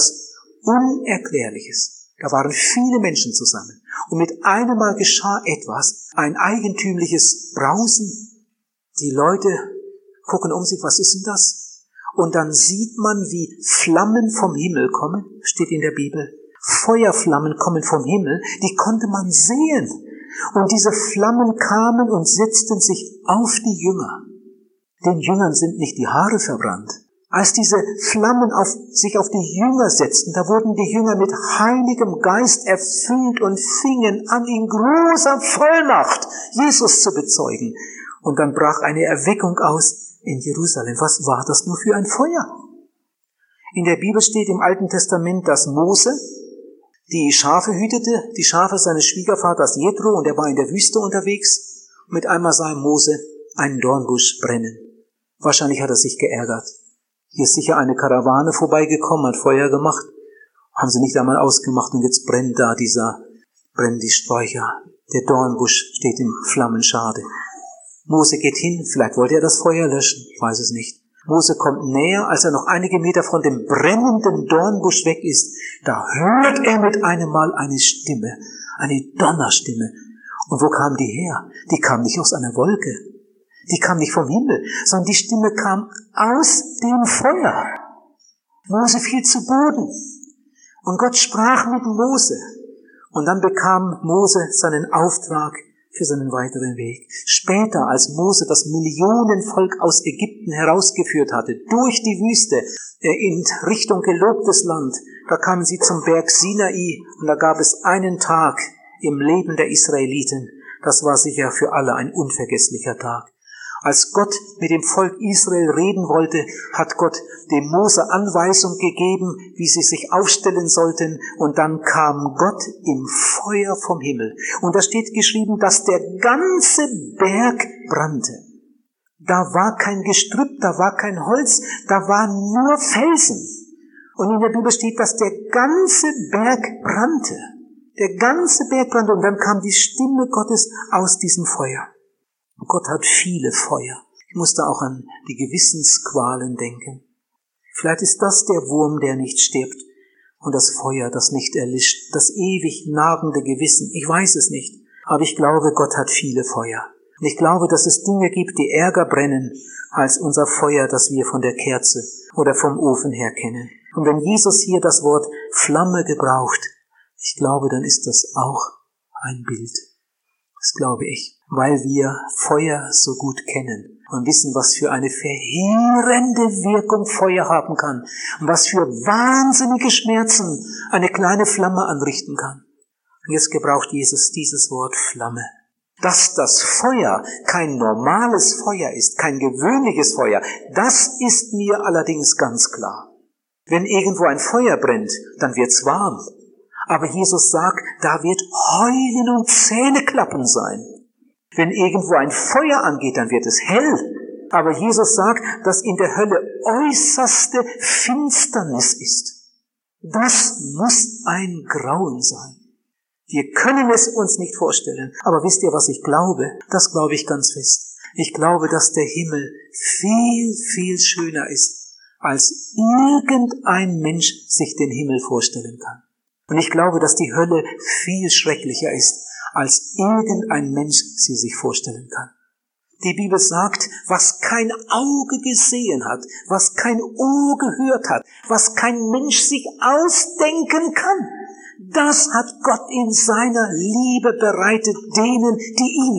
[SPEAKER 1] Unerklärliches. Da waren viele Menschen zusammen. Und mit einem Mal geschah etwas, ein eigentümliches Brausen. Die Leute gucken um sich, was ist denn das? Und dann sieht man, wie Flammen vom Himmel kommen, steht in der Bibel. Feuerflammen kommen vom Himmel, die konnte man sehen. Und diese Flammen kamen und setzten sich auf die Jünger. Den Jüngern sind nicht die Haare verbrannt. Als diese Flammen sich auf die Jünger setzten, da wurden die Jünger mit Heiligem Geist erfüllt und fingen an, in großer Vollmacht Jesus zu bezeugen. Und dann brach eine Erweckung aus in Jerusalem. Was war das nur für ein Feuer? In der Bibel steht im Alten Testament, dass Mose die Schafe hütete, die Schafe seines Schwiegervaters Jethro, und er war in der Wüste unterwegs. Und mit einmal sah Mose einen Dornbusch brennen. Wahrscheinlich hat er sich geärgert. Hier ist sicher eine Karawane vorbeigekommen, hat Feuer gemacht. Haben sie nicht einmal ausgemacht und jetzt brennen die Sträucher. Der Dornbusch steht in Flammen, schade. Mose geht hin, vielleicht wollte er das Feuer löschen, ich weiß es nicht. Mose kommt näher, als er noch einige Meter von dem brennenden Dornbusch weg ist. Da hört er mit einem Mal eine Stimme, eine Donnerstimme. Und wo kam die her? Die kam nicht aus einer Wolke. Die kam nicht vom Himmel, sondern die Stimme kam aus dem Feuer. Mose fiel zu Boden. Und Gott sprach mit Mose. Und dann bekam Mose seinen Auftrag für seinen weiteren Weg. Später, als Mose das Millionenvolk aus Ägypten herausgeführt hatte, durch die Wüste, in Richtung gelobtes Land, da kamen sie zum Berg Sinai und da gab es einen Tag im Leben der Israeliten. Das war sicher für alle ein unvergesslicher Tag. Als Gott mit dem Volk Israel reden wollte, hat Gott dem Mose Anweisung gegeben, wie sie sich aufstellen sollten. Und dann kam Gott im Feuer vom Himmel. Und da steht geschrieben, dass der ganze Berg brannte. Da war kein Gestrüpp, da war kein Holz, da waren nur Felsen. Und in der Bibel steht, dass der ganze Berg brannte. Der ganze Berg brannte. Und dann kam die Stimme Gottes aus diesem Feuer. Gott hat viele Feuer. Ich musste auch an die Gewissensqualen denken. Vielleicht ist das der Wurm, der nicht stirbt, und das Feuer, das nicht erlischt, das ewig nagende Gewissen. Ich weiß es nicht, aber ich glaube, Gott hat viele Feuer. Und ich glaube, dass es Dinge gibt, die ärger brennen als unser Feuer, das wir von der Kerze oder vom Ofen her kennen. Und wenn Jesus hier das Wort Flamme gebraucht, ich glaube, dann ist das auch ein Bild. Das glaube ich. weil wir Feuer so gut kennen und wissen, was für eine verheerende Wirkung Feuer haben kann und was für wahnsinnige Schmerzen eine kleine Flamme anrichten kann. Und jetzt gebraucht Jesus dieses Wort Flamme. Dass das Feuer kein normales Feuer ist, kein gewöhnliches Feuer, das ist mir allerdings ganz klar. Wenn irgendwo ein Feuer brennt, dann wird's warm. Aber Jesus sagt, da wird Heulen und Zähneklappen sein. Wenn irgendwo ein Feuer angeht, dann wird es hell. Aber Jesus sagt, dass in der Hölle äußerste Finsternis ist. Das muss ein Grauen sein. Wir können es uns nicht vorstellen. Aber wisst ihr, was ich glaube? Das glaube ich ganz fest. Ich glaube, dass der Himmel viel, viel schöner ist, als irgendein Mensch sich den Himmel vorstellen kann. Und ich glaube, dass die Hölle viel schrecklicher ist, als irgendein Mensch sie sich vorstellen kann. Die Bibel sagt, was kein Auge gesehen hat, was kein Ohr gehört hat, was kein Mensch sich ausdenken kann, das hat Gott in seiner Liebe bereitet denen, die ihn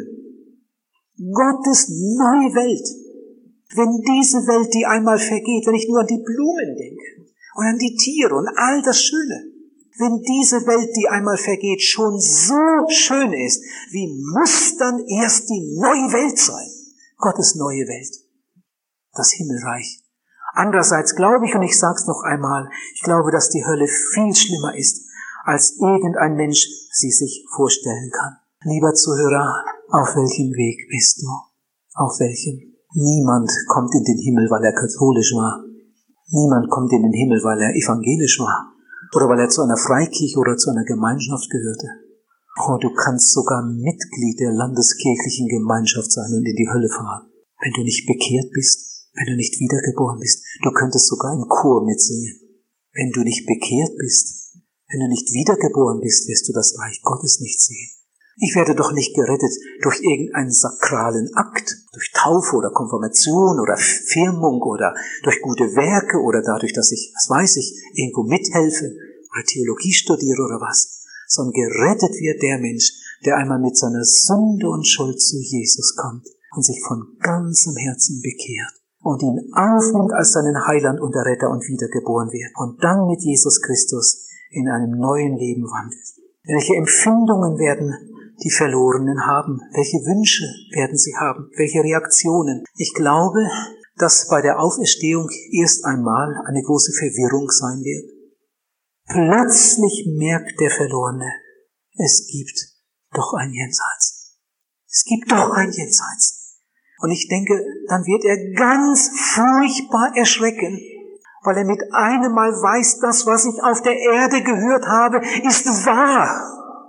[SPEAKER 1] lieben. Gottes neue Welt. Wenn diese Welt, die einmal vergeht, wenn ich nur an die Blumen denke und an die Tiere und all das Schöne, wenn diese Welt, die einmal vergeht, schon so schön ist, wie muss dann erst die neue Welt sein? Gottes neue Welt. Das Himmelreich. Andererseits glaube ich, und ich sage es noch einmal, ich glaube, dass die Hölle viel schlimmer ist, als irgendein Mensch sie sich vorstellen kann. Lieber Zuhörer, auf welchem Weg bist du? Auf welchem? Niemand kommt in den Himmel, weil er katholisch war. Niemand kommt in den Himmel, weil er evangelisch war. Oder weil er zu einer Freikirche oder zu einer Gemeinschaft gehörte. Oh, du kannst sogar Mitglied der landeskirchlichen Gemeinschaft sein und in die Hölle fahren. Wenn du nicht bekehrt bist, wenn du nicht wiedergeboren bist, du könntest sogar im Chor mitsingen. Wenn du nicht bekehrt bist, wenn du nicht wiedergeboren bist, wirst du das Reich Gottes nicht sehen. Ich werde doch nicht gerettet durch irgendeinen sakralen Akt, durch Taufe oder Konfirmation oder Firmung oder durch gute Werke oder dadurch, dass ich, was weiß ich, irgendwo mithelfe oder Theologie studiere oder was, sondern gerettet wird der Mensch, der einmal mit seiner Sünde und Schuld zu Jesus kommt und sich von ganzem Herzen bekehrt und ihn aufnimmt als seinen Heiland und Retter und wiedergeboren wird und dann mit Jesus Christus in einem neuen Leben wandelt. Welche Empfindungen werden die Verlorenen haben? Welche Wünsche werden sie haben? Welche Reaktionen? Ich glaube, dass bei der Auferstehung erst einmal eine große Verwirrung sein wird. Plötzlich merkt der Verlorene, es gibt doch ein Jenseits. Es gibt doch ein Jenseits. Und ich denke, dann wird er ganz furchtbar erschrecken, weil er mit einem Mal weiß, das, was ich auf der Erde gehört habe, ist wahr.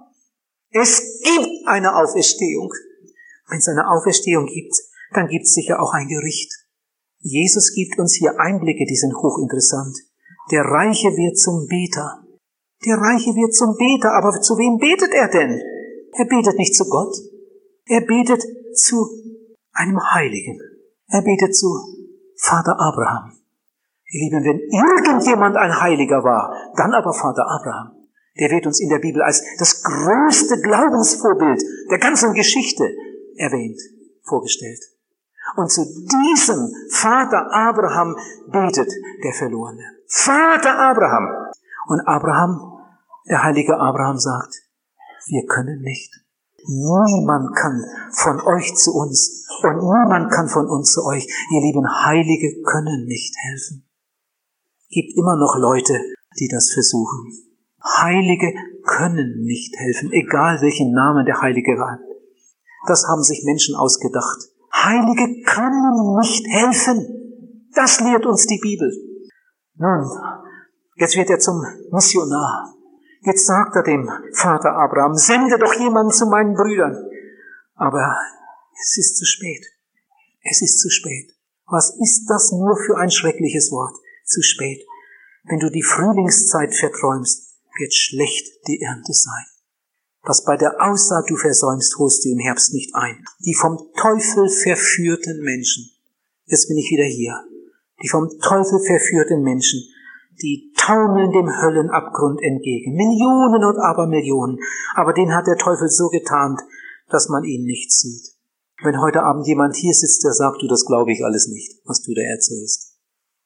[SPEAKER 1] Es gibt eine Auferstehung. Wenn es eine Auferstehung gibt, dann gibt es sicher auch ein Gericht. Jesus gibt uns hier Einblicke, die sind hochinteressant. Der Reiche wird zum Beter. Der Reiche wird zum Beter, aber zu wem betet er denn? Er betet nicht zu Gott. Er betet zu einem Heiligen. Er betet zu Vater Abraham. Ihr Lieben, wenn irgendjemand ein Heiliger war, dann aber Vater Abraham. Der wird uns in der Bibel als das größte Glaubensvorbild der ganzen Geschichte erwähnt, vorgestellt. Und zu diesem Vater Abraham betet der Verlorene. Vater Abraham! Und Abraham, der heilige Abraham sagt, wir können nicht. Niemand kann von euch zu uns und niemand kann von uns zu euch. Ihr lieben Heilige können nicht helfen. Gibt immer noch Leute, die das versuchen. Heilige können nicht helfen, egal welchen Namen der Heilige hat. Das haben sich Menschen ausgedacht. Heilige können nicht helfen. Das lehrt uns die Bibel. Nun, jetzt wird er zum Missionar. Jetzt sagt er dem Vater Abraham, sende doch jemanden zu meinen Brüdern. Aber es ist zu spät. Es ist zu spät. Was ist das nur für ein schreckliches Wort? Zu spät. Wenn du die Frühlingszeit verträumst, wird schlecht die Ernte sein. Was bei der Aussaat du versäumst, holst du im Herbst nicht ein. Die vom Teufel verführten Menschen, jetzt bin ich wieder hier, die vom Teufel verführten Menschen, die taumeln dem Höllenabgrund entgegen. Millionen und Abermillionen. Aber den hat der Teufel so getarnt, dass man ihn nicht sieht. Wenn heute Abend jemand hier sitzt, der sagt, du, das glaube ich alles nicht, was du da erzählst.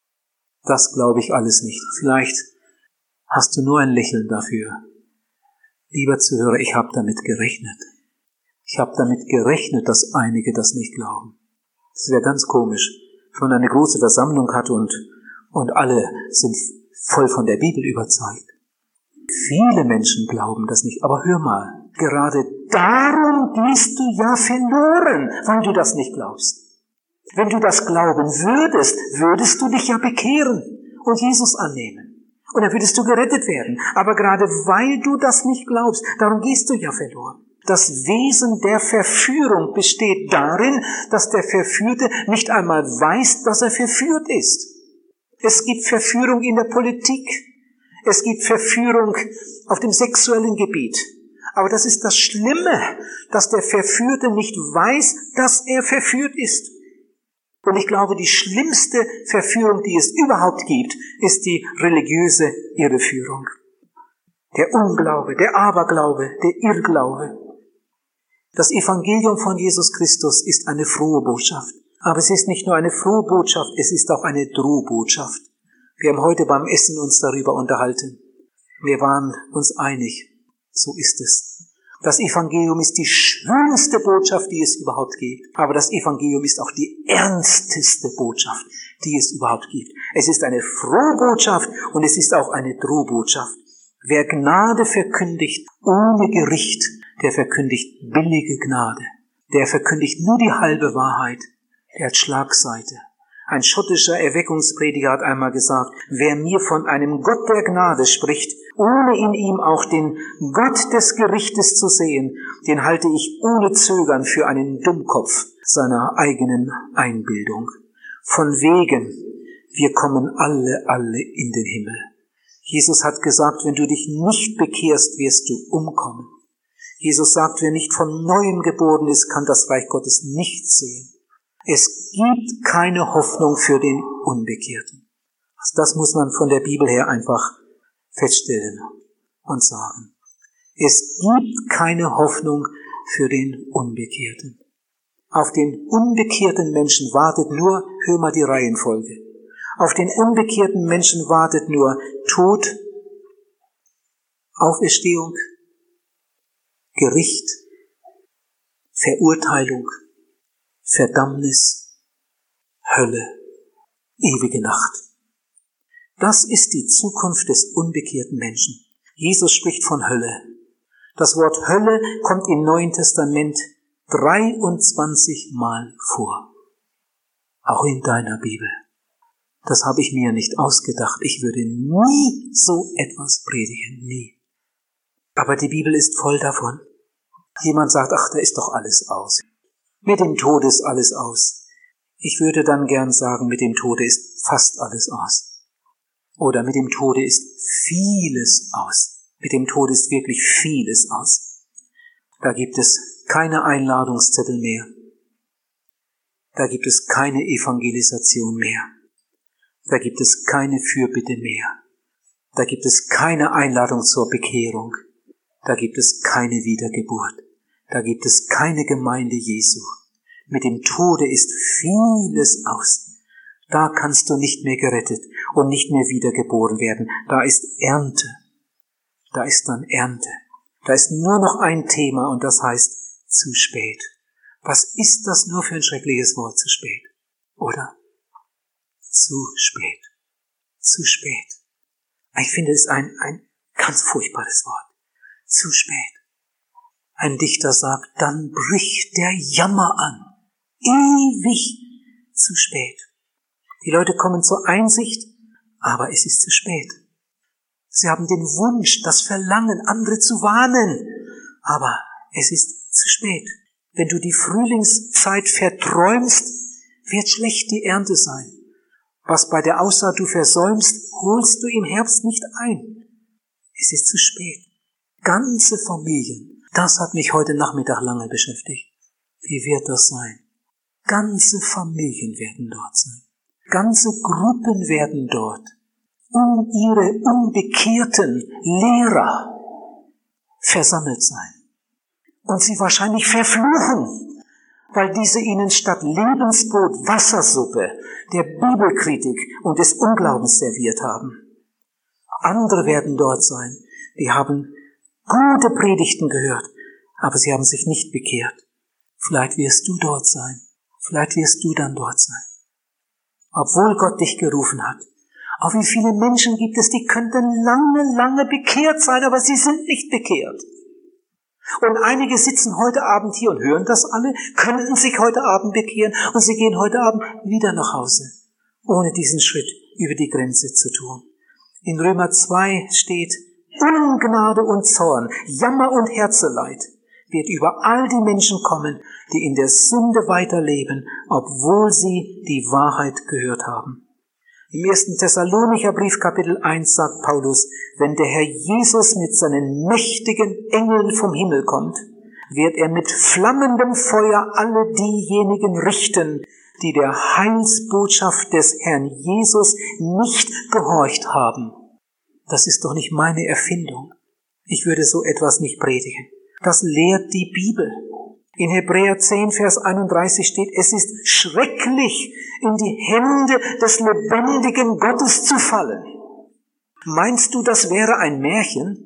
[SPEAKER 1] Das glaube ich alles nicht. Vielleicht hast du nur ein Lächeln dafür. Lieber Zuhörer, ich habe damit gerechnet. Ich habe damit gerechnet, dass einige das nicht glauben. Das wäre ganz komisch, wenn man eine große Versammlung hat und alle sind voll von der Bibel überzeugt. Viele Menschen glauben das nicht, aber hör mal, gerade darum bist du ja verloren, weil du das nicht glaubst. Wenn du das glauben würdest, würdest du dich ja bekehren und Jesus annehmen. Und dann würdest du gerettet werden. Aber gerade weil du das nicht glaubst, darum gehst du ja verloren. Das Wesen der Verführung besteht darin, dass der Verführte nicht einmal weiß, dass er verführt ist. Es gibt Verführung in der Politik. Es gibt Verführung auf dem sexuellen Gebiet. Aber das ist das Schlimme, dass der Verführte nicht weiß, dass er verführt ist. Und ich glaube, die schlimmste Verführung, die es überhaupt gibt, ist die religiöse Irreführung. Der Unglaube, der Aberglaube, der Irrglaube. Das Evangelium von Jesus Christus ist eine frohe Botschaft. Aber es ist nicht nur eine frohe Botschaft, es ist auch eine Drohbotschaft. Wir haben heute beim Essen uns darüber unterhalten. Wir waren uns einig. So ist es. Das Evangelium ist die schönste Botschaft, die es überhaupt gibt. Aber das Evangelium ist auch die ernsteste Botschaft, die es überhaupt gibt. Es ist eine frohe Botschaft und es ist auch eine Drohbotschaft. Wer Gnade verkündigt ohne Gericht, der verkündigt billige Gnade. Der verkündigt nur die halbe Wahrheit. Der hat Schlagseite. Ein schottischer Erweckungsprediger hat einmal gesagt, wer mir von einem Gott der Gnade spricht, ohne in ihm auch den Gott des Gerichtes zu sehen, den halte ich ohne Zögern für einen Dummkopf seiner eigenen Einbildung. Von wegen, wir kommen alle in den Himmel. Jesus hat gesagt, wenn du dich nicht bekehrst, wirst du umkommen. Jesus sagt, wer nicht von Neuem geboren ist, kann das Reich Gottes nicht sehen. Es gibt keine Hoffnung für den Unbekehrten. Das muss man von der Bibel her einfach feststellen und sagen. Es gibt keine Hoffnung für den Unbekehrten. Auf den unbekehrten Menschen wartet nur, hör mal die Reihenfolge, auf den unbekehrten Menschen wartet nur Tod, Auferstehung, Gericht, Verurteilung, Verdammnis, Hölle, ewige Nacht. Das ist die Zukunft des unbekehrten Menschen. Jesus spricht von Hölle. Das Wort Hölle kommt im Neuen Testament 23 Mal vor. Auch in deiner Bibel. Das habe ich mir nicht ausgedacht. Ich würde nie so etwas predigen. Nie. Aber die Bibel ist voll davon. Jemand sagt, ach, da ist doch alles aus. Mit dem Tode ist alles aus. Ich würde dann gern sagen, mit dem Tode ist fast alles aus. Oder mit dem Tode ist vieles aus. Mit dem Tode ist wirklich vieles aus. Da gibt es keine Einladungszettel mehr. Da gibt es keine Evangelisation mehr. Da gibt es keine Fürbitte mehr. Da gibt es keine Einladung zur Bekehrung. Da gibt es keine Wiedergeburt. Da gibt es keine Gemeinde Jesu. Mit dem Tode ist vieles aus. Da kannst du nicht mehr gerettet und nicht mehr wiedergeboren werden. Da ist Ernte. Da ist dann Ernte. Da ist nur noch ein Thema und das heißt zu spät. Was ist das nur für ein schreckliches Wort, zu spät? Oder? Zu spät. Zu spät. Ich finde, es ist ein ganz furchtbares Wort. Zu spät. Ein Dichter sagt, dann bricht der Jammer an. Ewig zu spät. Die Leute kommen zur Einsicht, aber es ist zu spät. Sie haben den Wunsch, das Verlangen, andere zu warnen, aber es ist zu spät. Wenn du die Frühlingszeit verträumst, wird schlecht die Ernte sein. Was bei der Aussaat du versäumst, holst du im Herbst nicht ein. Es ist zu spät. Ganze Familien, das hat mich heute Nachmittag lange beschäftigt. Wie wird das sein? Ganze Familien werden dort sein. Ganze Gruppen werden dort um ihre unbekehrten Lehrer versammelt sein. und sie wahrscheinlich verfluchen, weil diese ihnen statt Lebensbrot Wassersuppe der Bibelkritik und des Unglaubens serviert haben. Andere werden dort sein, die haben gute Predigten gehört, aber sie haben sich nicht bekehrt. Vielleicht wirst du dort sein. Vielleicht wirst du dann dort sein. Obwohl Gott dich gerufen hat. Auch wie viele Menschen gibt es, die könnten lange bekehrt sein, aber sie sind nicht bekehrt. Und einige sitzen heute Abend hier und hören das alle, könnten sich heute Abend bekehren und sie gehen heute Abend wieder nach Hause, ohne diesen Schritt über die Grenze zu tun. In Römer 2 steht, Ungnade und Zorn, Jammer und Herzeleid wird über all die Menschen kommen, die in der Sünde weiterleben, obwohl sie die Wahrheit gehört haben. Im 1. Thessalonicher Brief Kapitel 1 sagt Paulus, wenn der Herr Jesus mit seinen mächtigen Engeln vom Himmel kommt, wird er mit flammendem Feuer alle diejenigen richten, die der Heilsbotschaft des Herrn Jesus nicht gehorcht haben. Das ist doch nicht meine Erfindung. Ich würde so etwas nicht predigen. Das lehrt die Bibel. In Hebräer 10, Vers 31 steht, es ist schrecklich, in die Hände des lebendigen Gottes zu fallen. Meinst du, das wäre ein Märchen?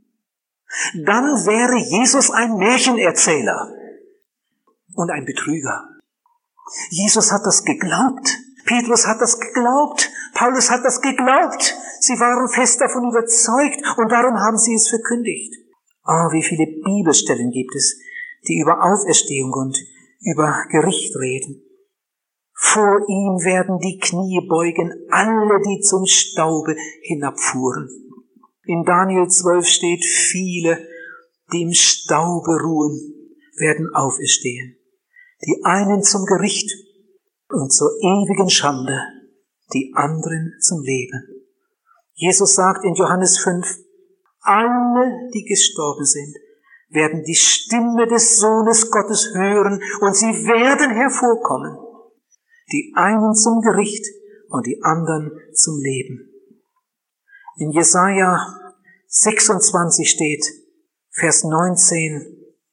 [SPEAKER 1] Dann wäre Jesus ein Märchenerzähler und ein Betrüger. Jesus hat das geglaubt. Petrus hat das geglaubt. Paulus hat das geglaubt. Sie waren fest davon überzeugt und darum haben sie es verkündigt. Oh, wie viele Bibelstellen gibt es, die über Auferstehung und über Gericht reden. Vor ihm werden die Knie beugen, alle, die zum Staube hinabfuhren. In Daniel 12 steht, viele, die im Staube ruhen, werden auferstehen. Die einen zum Gericht und zur ewigen Schande, die anderen zum Leben. Jesus sagt in Johannes 5, alle, die gestorben sind, werden die Stimme des Sohnes Gottes hören und sie werden hervorkommen. Die einen zum Gericht und die anderen zum Leben. In Jesaja 26 steht, Vers 19,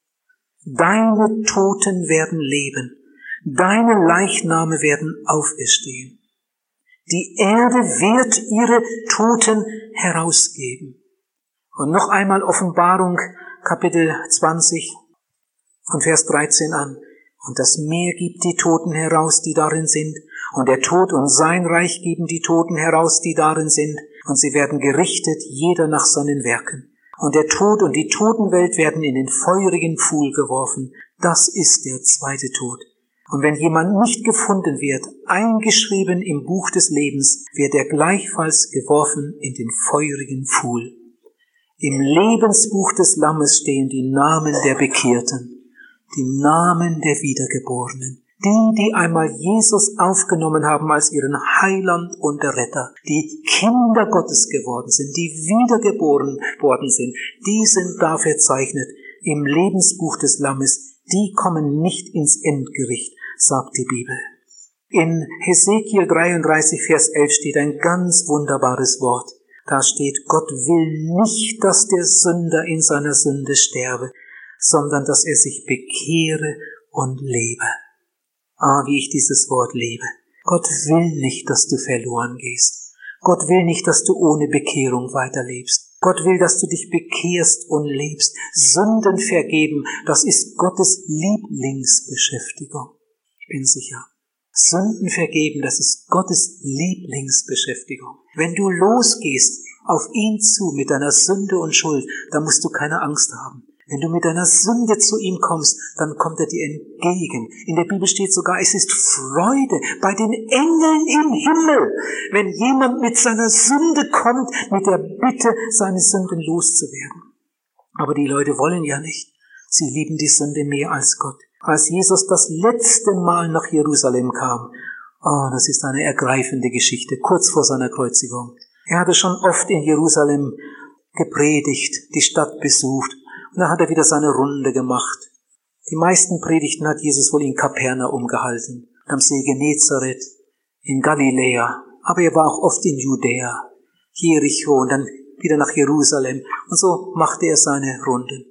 [SPEAKER 1] deine Toten werden leben, deine Leichname werden auferstehen. Die Erde wird ihre Toten herausgeben. Und noch einmal Offenbarung, Kapitel 20, von Vers 13 an. Und das Meer gibt die Toten heraus, die darin sind. Und der Tod und sein Reich geben die Toten heraus, die darin sind. Und sie werden gerichtet, jeder nach seinen Werken. Und der Tod und die Totenwelt werden in den feurigen Pfuhl geworfen. Das ist der zweite Tod. Und wenn jemand nicht gefunden wird, eingeschrieben im Buch des Lebens, wird er gleichfalls geworfen in den feurigen Pfuhl. Im Lebensbuch des Lammes stehen die Namen der Bekehrten, die Namen der Wiedergeborenen, die einmal Jesus aufgenommen haben als ihren Heiland und Retter, die Kinder Gottes geworden sind, die wiedergeboren worden sind, die sind da verzeichnet im Lebensbuch des Lammes. Die kommen nicht ins Endgericht, sagt die Bibel. In Hesekiel 33, Vers 11 steht ein ganz wunderbares Wort. Da steht, Gott will nicht, dass der Sünder in seiner Sünde sterbe, sondern dass er sich bekehre und lebe. Ah, wie ich dieses Wort liebe. Gott will nicht, dass du verloren gehst. Gott will nicht, dass du ohne Bekehrung weiterlebst. Gott will, dass du dich bekehrst und lebst. Sünden vergeben, das ist Gottes Lieblingsbeschäftigung. Ich bin sicher. Sünden vergeben, das ist Gottes Lieblingsbeschäftigung. Wenn du losgehst auf ihn zu mit deiner Sünde und Schuld, dann musst du keine Angst haben. Wenn du mit deiner Sünde zu ihm kommst, dann kommt er dir entgegen. In der Bibel steht sogar, es ist Freude bei den Engeln im Himmel, wenn jemand mit seiner Sünde kommt, mit der Bitte, seine Sünden loszuwerden. Aber die Leute wollen ja nicht. Sie lieben die Sünde mehr als Gott. Als Jesus das letzte Mal nach Jerusalem kam, oh, das ist eine ergreifende Geschichte, kurz vor seiner Kreuzigung. Er hatte schon oft in Jerusalem gepredigt, die Stadt besucht. Und dann hat er wieder seine Runde gemacht. Die meisten Predigten hat Jesus wohl in Kapernaum gehalten, am See Genezareth, in Galiläa. Aber er war auch oft in Judäa, Jericho und dann wieder nach Jerusalem. Und so machte er seine Runden.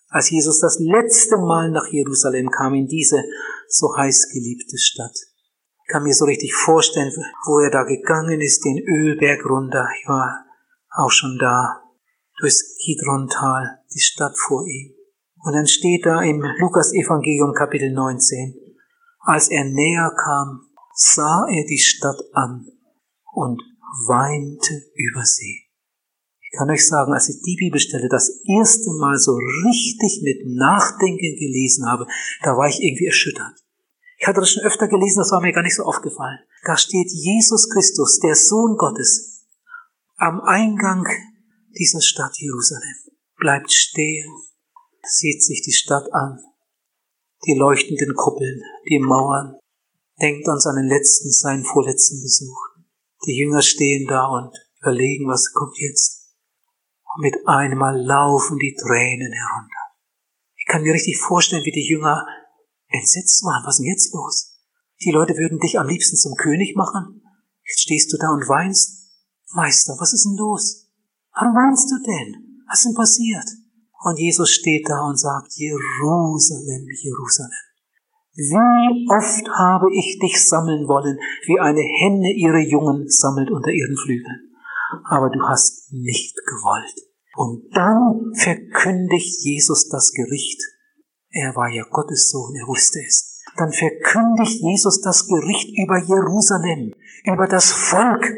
[SPEAKER 1] als Jesus das letzte Mal nach Jerusalem kam, in diese so heiß geliebte Stadt. Ich kann mir so richtig vorstellen, wo er da gegangen ist, den Ölberg runter. Ich war auch schon da, durchs Kidrontal, die Stadt vor ihm. Und dann steht da im Lukas-Evangelium Kapitel 19, als er näher kam, sah er die Stadt an und weinte über sie. Ich kann euch sagen, als ich die Bibelstelle das erste Mal so richtig mit Nachdenken gelesen habe, da war ich irgendwie erschüttert. Ich hatte das schon öfter gelesen, das war mir gar nicht so aufgefallen. Da steht Jesus Christus, der Sohn Gottes, am Eingang dieser Stadt Jerusalem, bleibt stehen, sieht sich die Stadt an, die leuchtenden Kuppeln, die Mauern, denkt an seinen vorletzten Besuch. Die Jünger stehen da und überlegen, was kommt jetzt. Und mit einmal laufen die Tränen herunter. Ich kann mir richtig vorstellen, wie die Jünger entsetzt waren. Was ist denn jetzt los? Die Leute würden dich am liebsten zum König machen. Jetzt stehst du da und weinst. Meister, was ist denn los? Warum weinst du denn? Was ist denn passiert? Und Jesus steht da und sagt, Jerusalem, Jerusalem. Wie oft habe ich dich sammeln wollen, wie eine Henne ihre Jungen sammelt unter ihren Flügeln. Aber du hast nicht gewollt. Und dann verkündigt Jesus das Gericht. Er war ja Gottes Sohn, er wusste es. Dann verkündigt Jesus das Gericht über Jerusalem, über das Volk,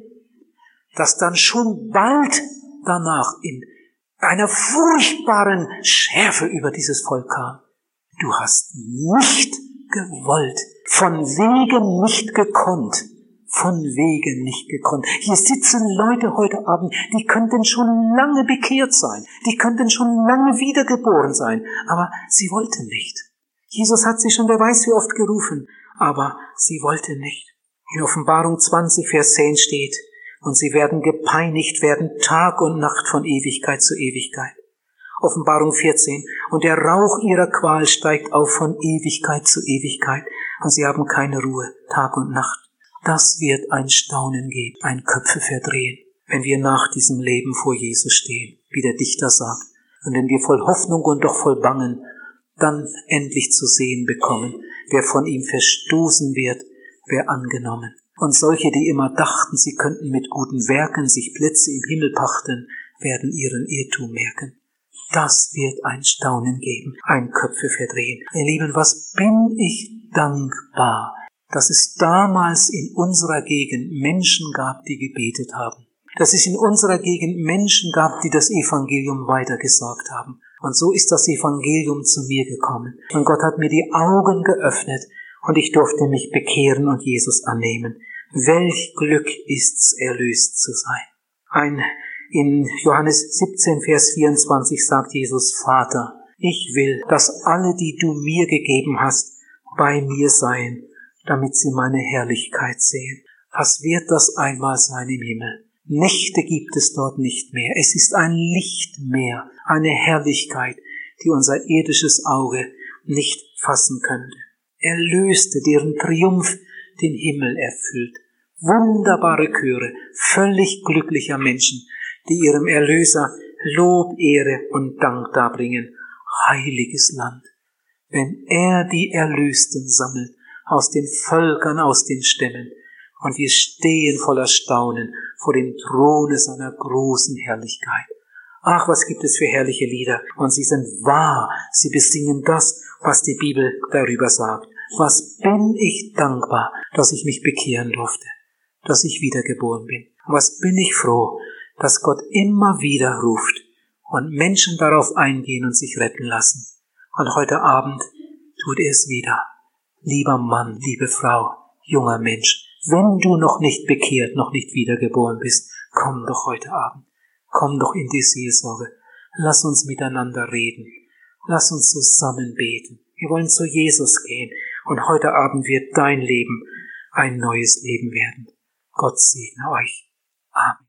[SPEAKER 1] das dann schon bald danach in einer furchtbaren Schärfe über dieses Volk kam. Du hast nicht gewollt, von wegen nicht gekonnt, von wegen nicht gekonnt. Hier sitzen Leute heute Abend, die könnten schon lange bekehrt sein, die könnten schon lange wiedergeboren sein, aber sie wollten nicht. Jesus hat sie schon, wer weiß wie oft gerufen, aber sie wollten nicht. In Offenbarung 20, Vers 10 steht, und sie werden gepeinigt werden Tag und Nacht von Ewigkeit zu Ewigkeit. Offenbarung 14, und der Rauch ihrer Qual steigt auf von Ewigkeit zu Ewigkeit, und sie haben keine Ruhe, Tag und Nacht. Das wird ein Staunen geben, ein Köpfe verdrehen, wenn wir nach diesem Leben vor Jesus stehen, wie der Dichter sagt, und wenn wir voll Hoffnung und doch voll Bangen dann endlich zu sehen bekommen, wer von ihm verstoßen wird, wer angenommen. Und solche, die immer dachten, sie könnten mit guten Werken sich Plätze im Himmel pachten, werden ihren Irrtum merken. Das wird ein Staunen geben, ein Köpfe verdrehen. Ihr Lieben, was bin ich dankbar, dass es damals in unserer Gegend Menschen gab, die gebetet haben. Dass es in unserer Gegend Menschen gab, die das Evangelium weitergesagt haben. Und so ist das Evangelium zu mir gekommen. Und Gott hat mir die Augen geöffnet und ich durfte mich bekehren und Jesus annehmen. Welch Glück ist's, erlöst zu sein. In Johannes 17, Vers 24 sagt Jesus, Vater, ich will, dass alle, die du mir gegeben hast, bei mir seien, damit sie meine Herrlichkeit sehen. Was wird das einmal sein im Himmel? Nächte gibt es dort nicht mehr. Es ist ein Lichtmeer, eine Herrlichkeit, die unser irdisches Auge nicht fassen könnte. Erlöste, deren Triumph den Himmel erfüllt. Wunderbare Chöre, völlig glücklicher Menschen, die ihrem Erlöser Lob, Ehre und Dank darbringen. Heiliges Land, wenn er die Erlösten sammelt, aus den Völkern, aus den Stämmen, und wir stehen voller Staunen vor dem Throne seiner großen Herrlichkeit. Ach, was gibt es für herrliche Lieder, und sie sind wahr, sie besingen das, was die Bibel darüber sagt. Was bin ich dankbar, dass ich mich bekehren durfte, dass ich wiedergeboren bin. Was bin ich froh, dass Gott immer wieder ruft und Menschen darauf eingehen und sich retten lassen. Und heute Abend tut er es wieder. Lieber Mann, liebe Frau, junger Mensch, wenn du noch nicht bekehrt, noch nicht wiedergeboren bist, komm doch heute Abend. Komm doch in die Seelsorge. Lass uns miteinander reden. Lass uns zusammen beten. Wir wollen zu Jesus gehen. Und heute Abend wird dein Leben ein neues Leben werden. Gott segne euch. Amen.